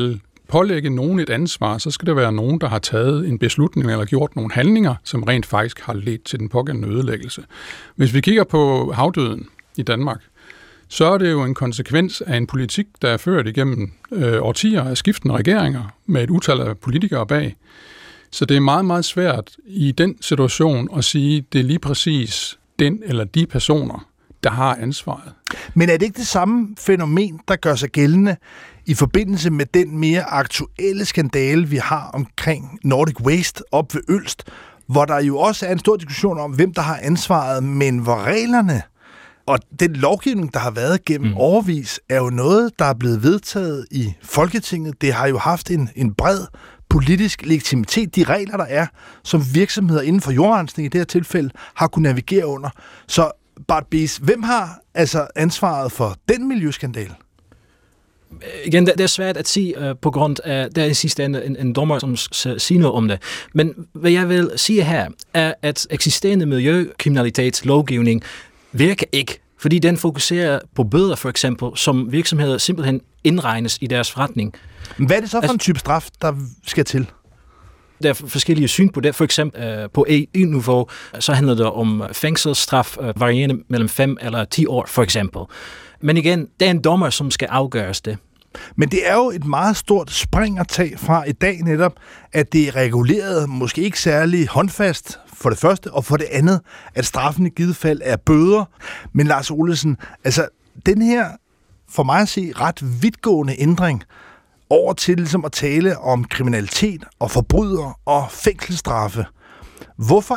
pålægge nogen et ansvar, så skal det være nogen, der har taget en beslutning eller gjort nogle handlinger, som rent faktisk har ledt til den pågældende ødelæggelse. Hvis vi kigger på havdøden i Danmark, så er det jo en konsekvens af en politik, der er ført igennem årtier af skiftende regeringer med et utal af politikere bag. Så det er meget, meget svært i den situation at sige, at det er lige præcis den eller de personer, der har ansvaret. Men er det ikke det samme fænomen, der gør sig gældende i forbindelse med den mere aktuelle skandale, vi har omkring Nordic Waste op ved Ølst, hvor der jo også er en stor diskussion om, hvem der har ansvaret, men hvor reglerne og den lovgivning, der har været gennem årevis, er jo noget, der er blevet vedtaget i Folketinget. Det har jo haft en bred politisk legitimitet. De regler, der er, som virksomheder inden for jordrensning i det her tilfælde har kunnet navigere under. Så Bart Bees, hvem har altså ansvaret for den miljøskandale? Igen, det er svært at sige på grund af, der er i sidste ende en dommer, som siger noget om det. Men hvad jeg vil sige her, er, at eksisterende miljøkriminalitetslovgivning virker ikke, fordi den fokuserer på bøder for eksempel, som virksomheder simpelthen indregnes i deres forretning. Hvad er det så for en type straf, der skal til? Der er forskellige syn på det. For eksempel på EU-niveau, så handler det om fængselsstraf varierende mellem 5 eller 10 år, for eksempel. Men igen, det er en dommer, som skal afgøres det. Men det er jo et meget stort spring at tage fra i dag netop, at det er reguleret, måske ikke særlig håndfast for det første, og for det andet, at straffen i givet fald er bøder. Men Lars Olesen, altså den her, for mig at se, ret vidtgående ændring over til ligesom at tale om kriminalitet og forbrydere og fængselsstraffe. Hvorfor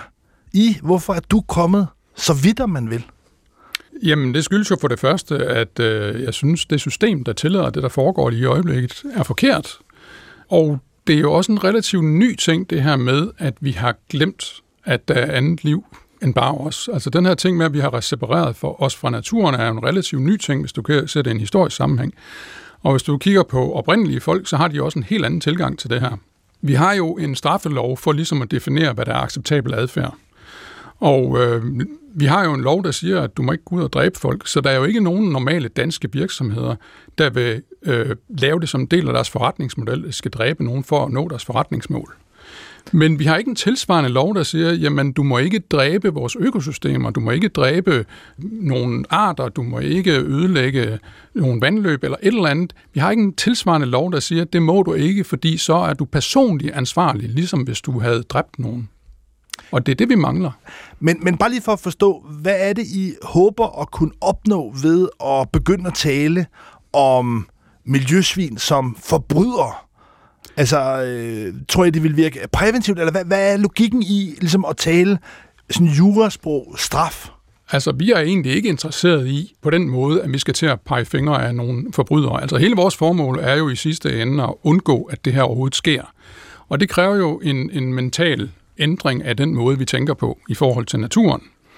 er du kommet så vidt, om man vil? Jamen, det skyldes jo for det første, at jeg synes, det system, der tillader det, der foregår lige i øjeblikket, er forkert. Og det er jo også en relativt ny ting, det her med, at vi har glemt, at der er andet liv end bare os. Altså den her ting med, at vi har separeret for os fra naturen, er jo en relativt ny ting, hvis du kan sætte en historisk sammenhæng. Og hvis du kigger på oprindelige folk, så har de også en helt anden tilgang til det her. Vi har jo en straffelov for ligesom at definere, hvad der er acceptabel adfærd. Og vi har jo en lov, der siger, at du må ikke gå ud og dræbe folk, så der er jo ikke nogen normale danske virksomheder, der vil lave det som en del af deres forretningsmodel, skal dræbe nogen for at nå deres forretningsmål. Men vi har ikke en tilsvarende lov, der siger, jamen du må ikke dræbe vores økosystemer, du må ikke dræbe nogle arter, du må ikke ødelægge nogle vandløb eller et eller andet. Vi har ikke en tilsvarende lov, der siger, det må du ikke, fordi så er du personligt ansvarlig, ligesom hvis du havde dræbt nogen. Og det er det, vi mangler. Men bare lige for at forstå, hvad er det, I håber at kunne opnå ved at begynde at tale om miljøsvin som forbryder? Altså, tror jeg, det vil virke præventivt? Eller hvad er logikken i ligesom at tale sådan jurasprog, straf? Altså, vi er egentlig ikke interesseret i på den måde, at vi skal til at pege fingre af nogle forbrydere. Altså, hele vores formål er jo i sidste ende at undgå, at det her overhovedet sker. Og det kræver jo en mental ændring af den måde, vi tænker på i forhold til naturen.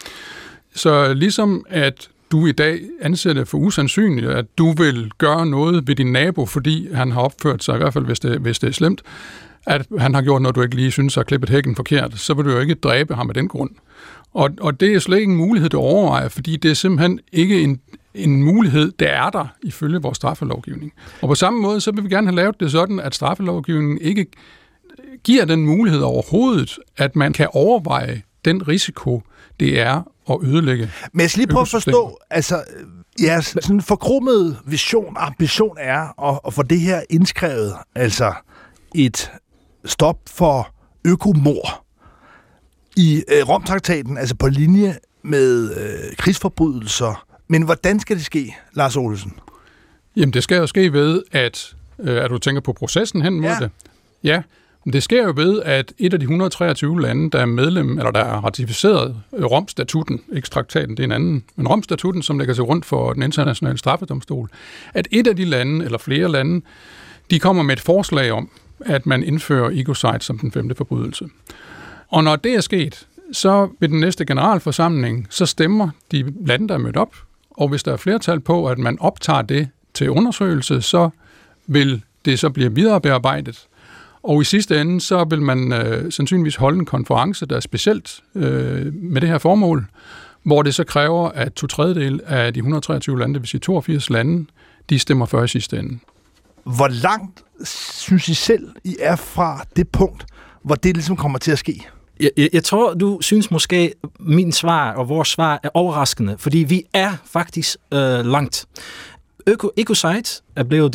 Så ligesom at du i dag anser det for usandsynligt, at du vil gøre noget ved din nabo, fordi han har opført sig, i hvert fald hvis det er slemt, at han har gjort noget, du ikke lige synes har klippet hækken forkert, så vil du jo ikke dræbe ham af den grund. Og det er slet ikke en mulighed, du overvejer, fordi det er simpelthen ikke en mulighed, der er der ifølge vores straffelovgivning. Og på samme måde, så vil vi gerne have lavet det sådan, at straffelovgivningen ikke giver den mulighed overhovedet, at man kan overveje den risiko, det er at ødelægge. Men jeg skal lige prøve at forstå, altså jeres sådan forkromede vision, ambition er at få det her indskrevet, altså et stop for økomord i Romtraktaten, altså på linje med krigsforbrydelser. Men hvordan skal det ske, Lars Olesen? Jamen, det skal jo ske ved, at du tænker på processen hen mod det. Ja, det sker jo ved, at et af de 123 lande, der er medlem, eller der er ratificeret Romstatutten, ikke traktaten, det er en anden, men Romstatutten, som lægger sig rundt for den internationale straffedomstol, at et af de lande, eller flere lande, de kommer med et forslag om, at man indfører ecocide som den 5. forbrydelse. Og når det er sket, så ved den næste generalforsamling, så stemmer de lande, der er mødt op, og hvis der er flertal på, at man optager det til undersøgelse, så vil det så blive viderebearbejdet. Og i sidste ende, så vil man sandsynligvis holde en konference, der er specielt med det her formål, hvor det så kræver, at 2/3 af de 123 lande, det vil sige 82 lande, de stemmer for i sidste ende. Hvor langt synes I selv, I er fra det punkt, hvor det ligesom kommer til at ske? Jeg tror, du synes måske, min svar og vores svar er overraskende, fordi vi er faktisk langt. Ecocide er blevet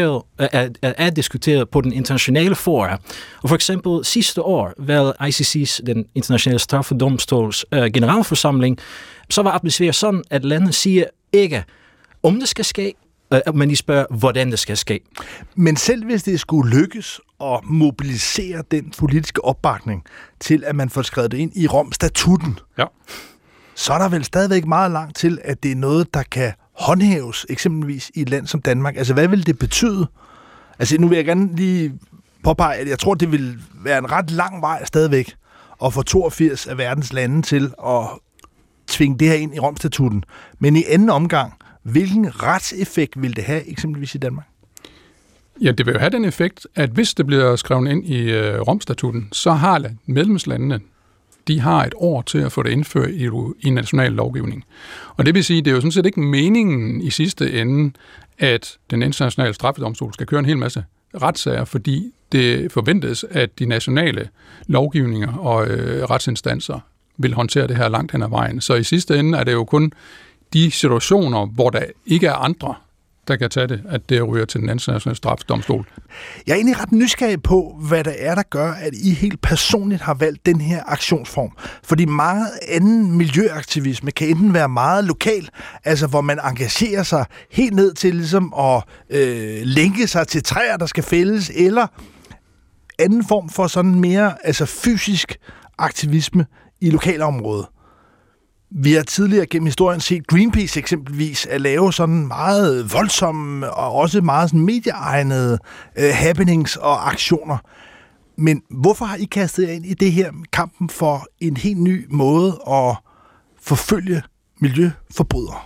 diskuteret på den internationale fora. Og for eksempel sidste år, ved ICC's, den internationale straffedomstols generalforsamling, så var atmosfæren sådan, at landet siger ikke, om det skal ske, men de spørger, hvordan det skal ske. Men selv hvis det skulle lykkes at mobilisere den politiske opbakning til, at man får skrevet det ind i Rom-statutten, så er der vel stadigvæk meget langt til, at det er noget, der kan håndhæves, eksempelvis i et land som Danmark. Altså, hvad vil det betyde? Altså, nu vil jeg gerne lige påpege, at jeg tror, det vil være en ret lang vej stadigvæk at få 82 af verdens lande til at tvinge det her ind i Rom-statutten. Men i anden omgang, hvilken retseffekt vil det have, eksempelvis i Danmark? Ja, det vil jo have den effekt, at hvis det bliver skrevet ind i Rom-statutten, så har medlemslandene, de har et år til at få det indført i national lovgivning. Og det vil sige, det er jo sådan set ikke meningen i sidste ende, at den internationale straffedomstol skal køre en hel masse retssager, fordi det forventes, at de nationale lovgivninger og retsinstanser vil håndtere det her langt hen ad vejen. Så i sidste ende er det jo kun de situationer, hvor der ikke er andre, der kan tage det, at det ryger til den internationale straffedomstol. Jeg er egentlig ret nysgerrig på, hvad det er, der gør, at I helt personligt har valgt den her aktionsform. Fordi meget anden miljøaktivisme kan enten være meget lokal, altså hvor man engagerer sig helt ned til ligesom at lænke sig til træer, der skal fældes, eller anden form for sådan mere altså fysisk aktivisme i lokalområdet. Vi har tidligere gennem historien set Greenpeace eksempelvis at lave sådan meget voldsomme og også meget sådan medieegnede happenings og aktioner. Men hvorfor har I kastet jer ind i det her kampen for en helt ny måde at forfølge miljøforbrydere?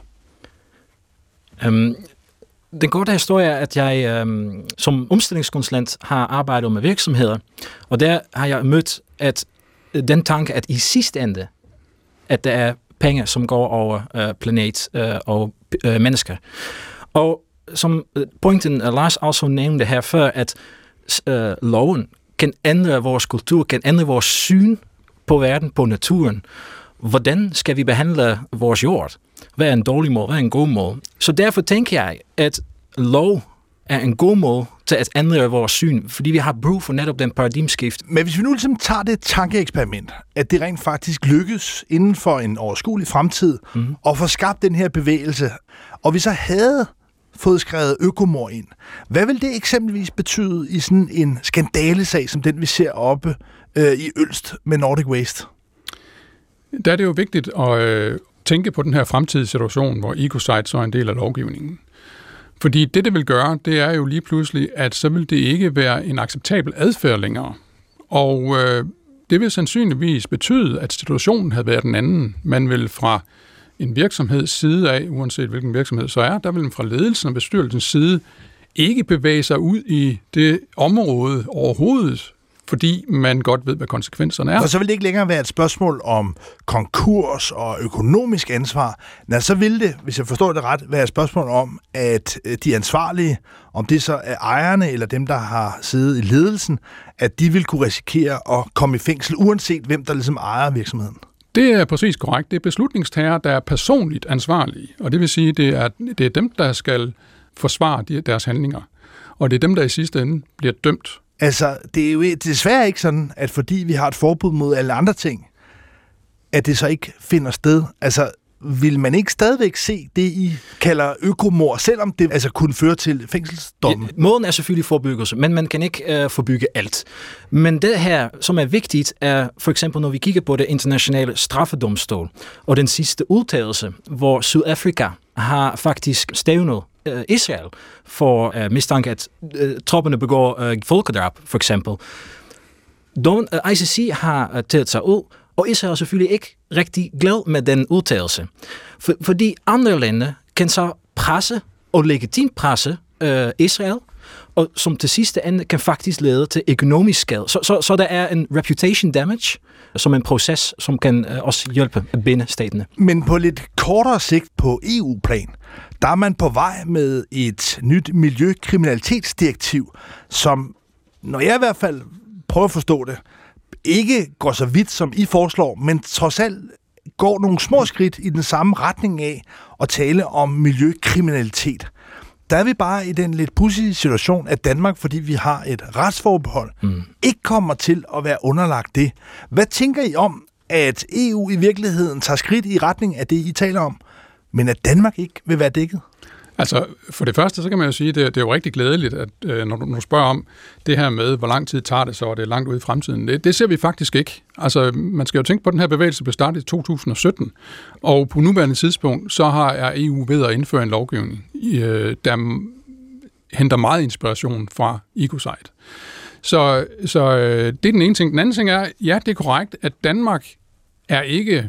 Den korte historie er, at jeg som omstillingskonsulent har arbejdet med virksomheder, og der har jeg mødt at den tanke, at i sidste ende, at der er penge, som går over planet og mennesker. Og som pointen Lars også nævnte her før, at loven kan ændre vores kultur, kan ændre vores syn på verden, på naturen. Hvordan skal vi behandle vores jord? Hvad er en dårlig måde? Hvad er en god måde? Så derfor tænker jeg, at lov er en god måde til at ændre vores syn, fordi vi har brug for netop den paradigmskift. Men hvis vi nu ligesom tager det tankeeksperiment, at det rent faktisk lykkes inden for en overskuelig fremtid at få skabt den her bevægelse, og vi så havde fået skrevet økomord ind, hvad vil det eksempelvis betyde i sådan en skandalesag, som den vi ser oppe i Ølst med Nordic Waste? Der er det jo vigtigt at tænke på den her fremtidige situation, hvor Ecocide så er en del af lovgivningen. Fordi det vil gøre, det er jo lige pludselig, at så vil det ikke være en acceptabel adfærd længere. Og det vil sandsynligvis betyde, at situationen havde været den anden. Man vil fra en virksomheds side af, uanset hvilken virksomhed så er, der vil man fra ledelsen og bestyrelsens side ikke bevæge sig ud i det område overhovedet, fordi man godt ved, hvad konsekvenserne er. Og så vil det ikke længere være et spørgsmål om konkurs og økonomisk ansvar. Nej, så vil det, hvis jeg forstår det ret, være et spørgsmål om, at de ansvarlige, om det så er ejerne eller dem, der har siddet i ledelsen, at de vil kunne risikere at komme i fængsel, uanset hvem der ligesom ejer virksomheden. Det er præcis korrekt. Det er beslutningstagere, der er personligt ansvarlige, og det vil sige, det er dem, der skal forsvare deres handlinger, og det er dem, der i sidste ende bliver dømt. Altså, det er jo desværre ikke sådan, at fordi vi har et forbud mod alle andre ting, at det så ikke finder sted. Altså, vil man ikke stadigvæk se det, I kalder økomord, selvom det altså kunne føre til fængselsdomme? Ja, måden er selvfølgelig forebyggelse, men man kan ikke forebygge alt. Men det her, som er vigtigt, er for eksempel, når vi kigger på det internationale straffedomstol, og den sidste udtalelse, hvor Sydafrika har faktisk stævnet Israel for mistanke, at tropperne begår folkedrab, for eksempel. ICC har taget sig ud, og Israel er selvfølgelig ikke rigtig glad med den udtalelse. Fordi andre lande kan så presse og legitimt presse Israel og som til sidste ende kan faktisk lede til økonomisk skade. Så der er en reputation damage, som en proces, som kan også hjælpe at binde staterne. Men på lidt kortere sigt på EU-plan, der er man på vej med et nyt miljøkriminalitetsdirektiv, som, når jeg i hvert fald prøver at forstå det, ikke går så vidt, som I foreslår, men trods alt går nogle små skridt i den samme retning af at tale om miljøkriminalitet. Der er vi bare i den lidt pudsige situation, at Danmark, fordi vi har et retsforbehold, ikke kommer til at være underlagt det. Hvad tænker I om, at EU i virkeligheden tager skridt i retning af det, I taler om, men at Danmark ikke vil være dækket? Altså, for det første, så kan man jo sige, at det er jo rigtig glædeligt, at når du spørger om det her med, hvor lang tid tager det så, og det er langt ude i fremtiden. Det ser vi faktisk ikke. Altså, man skal jo tænke på, at den her bevægelse blev startet i 2017, og på nuværende tidspunkt, så er EU ved at indføre en lovgivning, der henter meget inspiration fra Ecocide. Så det er den ene ting. Den anden ting er, ja, det er korrekt, at Danmark er ikke,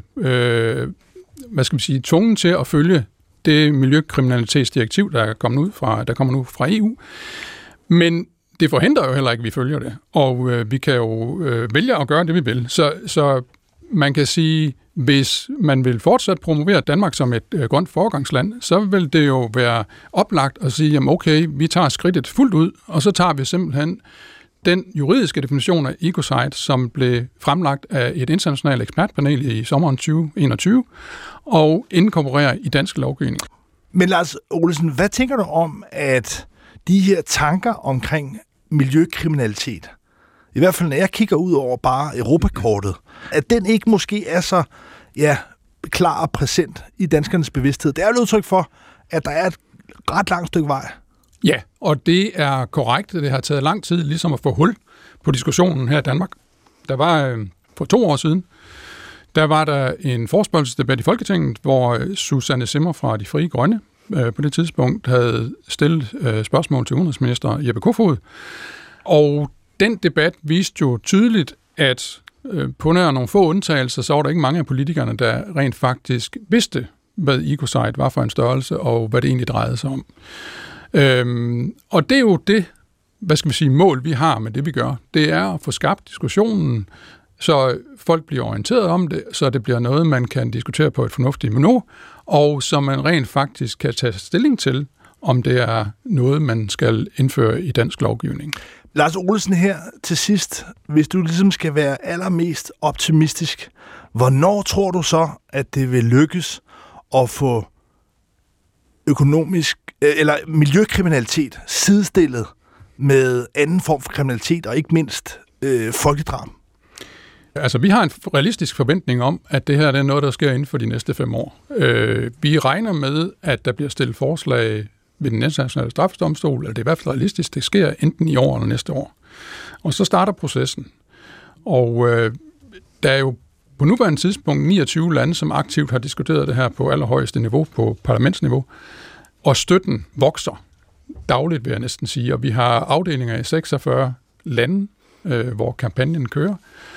tvungen til at følge det miljøkriminalitetsdirektiv, der kommer nu fra EU. Men det forhindrer jo heller ikke, at vi følger det. Og vi kan jo vælge at gøre det, vi vil. Så man kan sige, hvis man vil fortsat promovere Danmark som et grønt foregangsland, så vil det jo være oplagt at sige, jamen okay, vi tager skridtet fuldt ud, og så tager vi simpelthen den juridiske definition af Ecocide, som blev fremlagt af et internationalt ekspertpanel i sommeren 2021, og inkorporerer i dansk lovgivning. Men Lars Olesen, hvad tænker du om, at de her tanker omkring miljøkriminalitet, i hvert fald når jeg kigger ud over bare Europakortet, at den ikke måske er så klar og præsent i danskernes bevidsthed? Det er jo et udtryk for, at der er et ret langt stykke vej. Ja, og det er korrekt. Det har taget lang tid ligesom at få hul på diskussionen her i Danmark. Der var for 2 år siden, der var der en forespørgselsdebat i Folketinget, hvor Susanne Zimmer fra De Frie Grønne på det tidspunkt havde stillet spørgsmål til udenrigsminister Jeppe Kofod. Og den debat viste jo tydeligt, at på nær nogle få undtagelser, så var der ikke mange af politikerne, der rent faktisk vidste, hvad Ecocide var for en størrelse, og hvad det egentlig drejede sig om. Og det er jo det, mål vi har med det, vi gør. Det er at få skabt diskussionen, så folk bliver orienteret om det, så det bliver noget, man kan diskutere på et fornuftigt niveau, og så man rent faktisk kan tage stilling til, om det er noget, man skal indføre i dansk lovgivning. Lars Olesen her til sidst, hvis du ligesom skal være allermest optimistisk, hvornår tror du så, at det vil lykkes at få økonomisk eller miljøkriminalitet sidestillet med anden form for kriminalitet, og ikke mindst folkedrab? Altså, vi har en realistisk forventning om, at det her er noget, der sker inden for de næste 5 år. Vi regner med, at der bliver stillet forslag ved den internationale straffedomstol, eller det er i hvert fald realistisk, det sker enten i år eller næste år. Og så starter processen. Og der er jo på nuværende tidspunkt 29 lande, som aktivt har diskuteret det her på allerhøjeste niveau, på parlamentsniveau, og støtten vokser dagligt, vil jeg næsten sige, og vi har afdelinger i 46 lande, hvor kampagnen kører.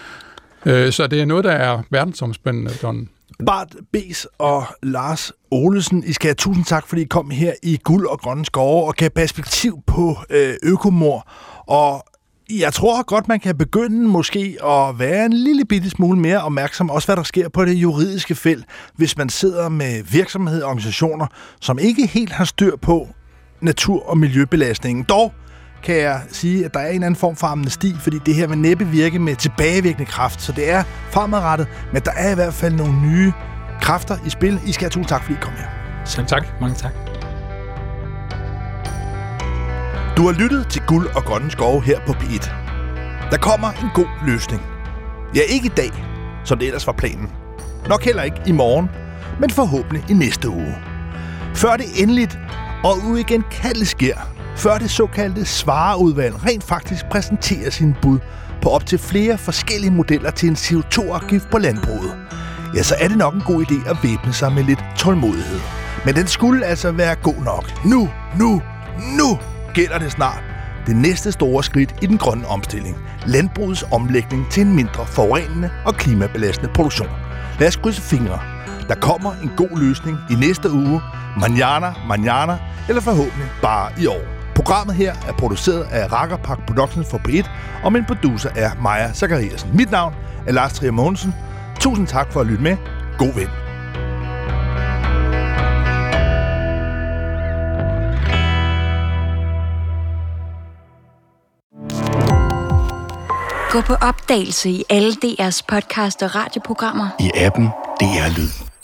Så det er noget, der er verdensomspændende. Bart Bees og Lars Olesen, I skal have tusind tak, fordi I kom her i Guld og Grønne Skove og gav perspektiv på økomord. Og jeg tror godt, man kan begynde måske at være en lille bitte smule mere opmærksom, også hvad der sker på det juridiske felt, hvis man sidder med virksomheder og organisationer, som ikke helt har styr på natur- og miljøbelastningen. Dog kan jeg sige, at der er en anden form for amnesti, fordi det her vil næppe virke med tilbagevirkende kraft, så det er fremadrettet, men der er i hvert fald nogle nye kræfter i spil. I skal have tusind tak, fordi I kom her. Selv tak. Mange tak. Du har lyttet til Guld og Grønne Skove her på P1. Der kommer en god løsning. Ja, ikke i dag, som det ellers var planen. Nok heller ikke i morgen, men forhåbentlig i næste uge. Før det endeligt og uigenkaldeligt sker, før det såkaldte svareudvalg rent faktisk præsenterer sin bud på op til flere forskellige modeller til en CO2-afgift på landbruget, ja, så er det nok en god idé at væbne sig med lidt tålmodighed. Men den skulle altså være god nok. Nu gælder det snart. Det næste store skridt i den grønne omstilling. Landbrugets omlægning til en mindre forurenende og klimabelastende produktion. Lad os krydse fingre. Der kommer en god løsning i næste uge. Mañana, eller forhåbentlig bare i år. Programmet her er produceret af Rakkerpak Productions for P1, og min producer er Maja Zachariasen. Mit navn er Lars Trier Mogensen. Tusind tak for at lytte med. God ven. Gå på opdagelse i alle DR's podcast og radioprogrammer. I appen DR Lyd.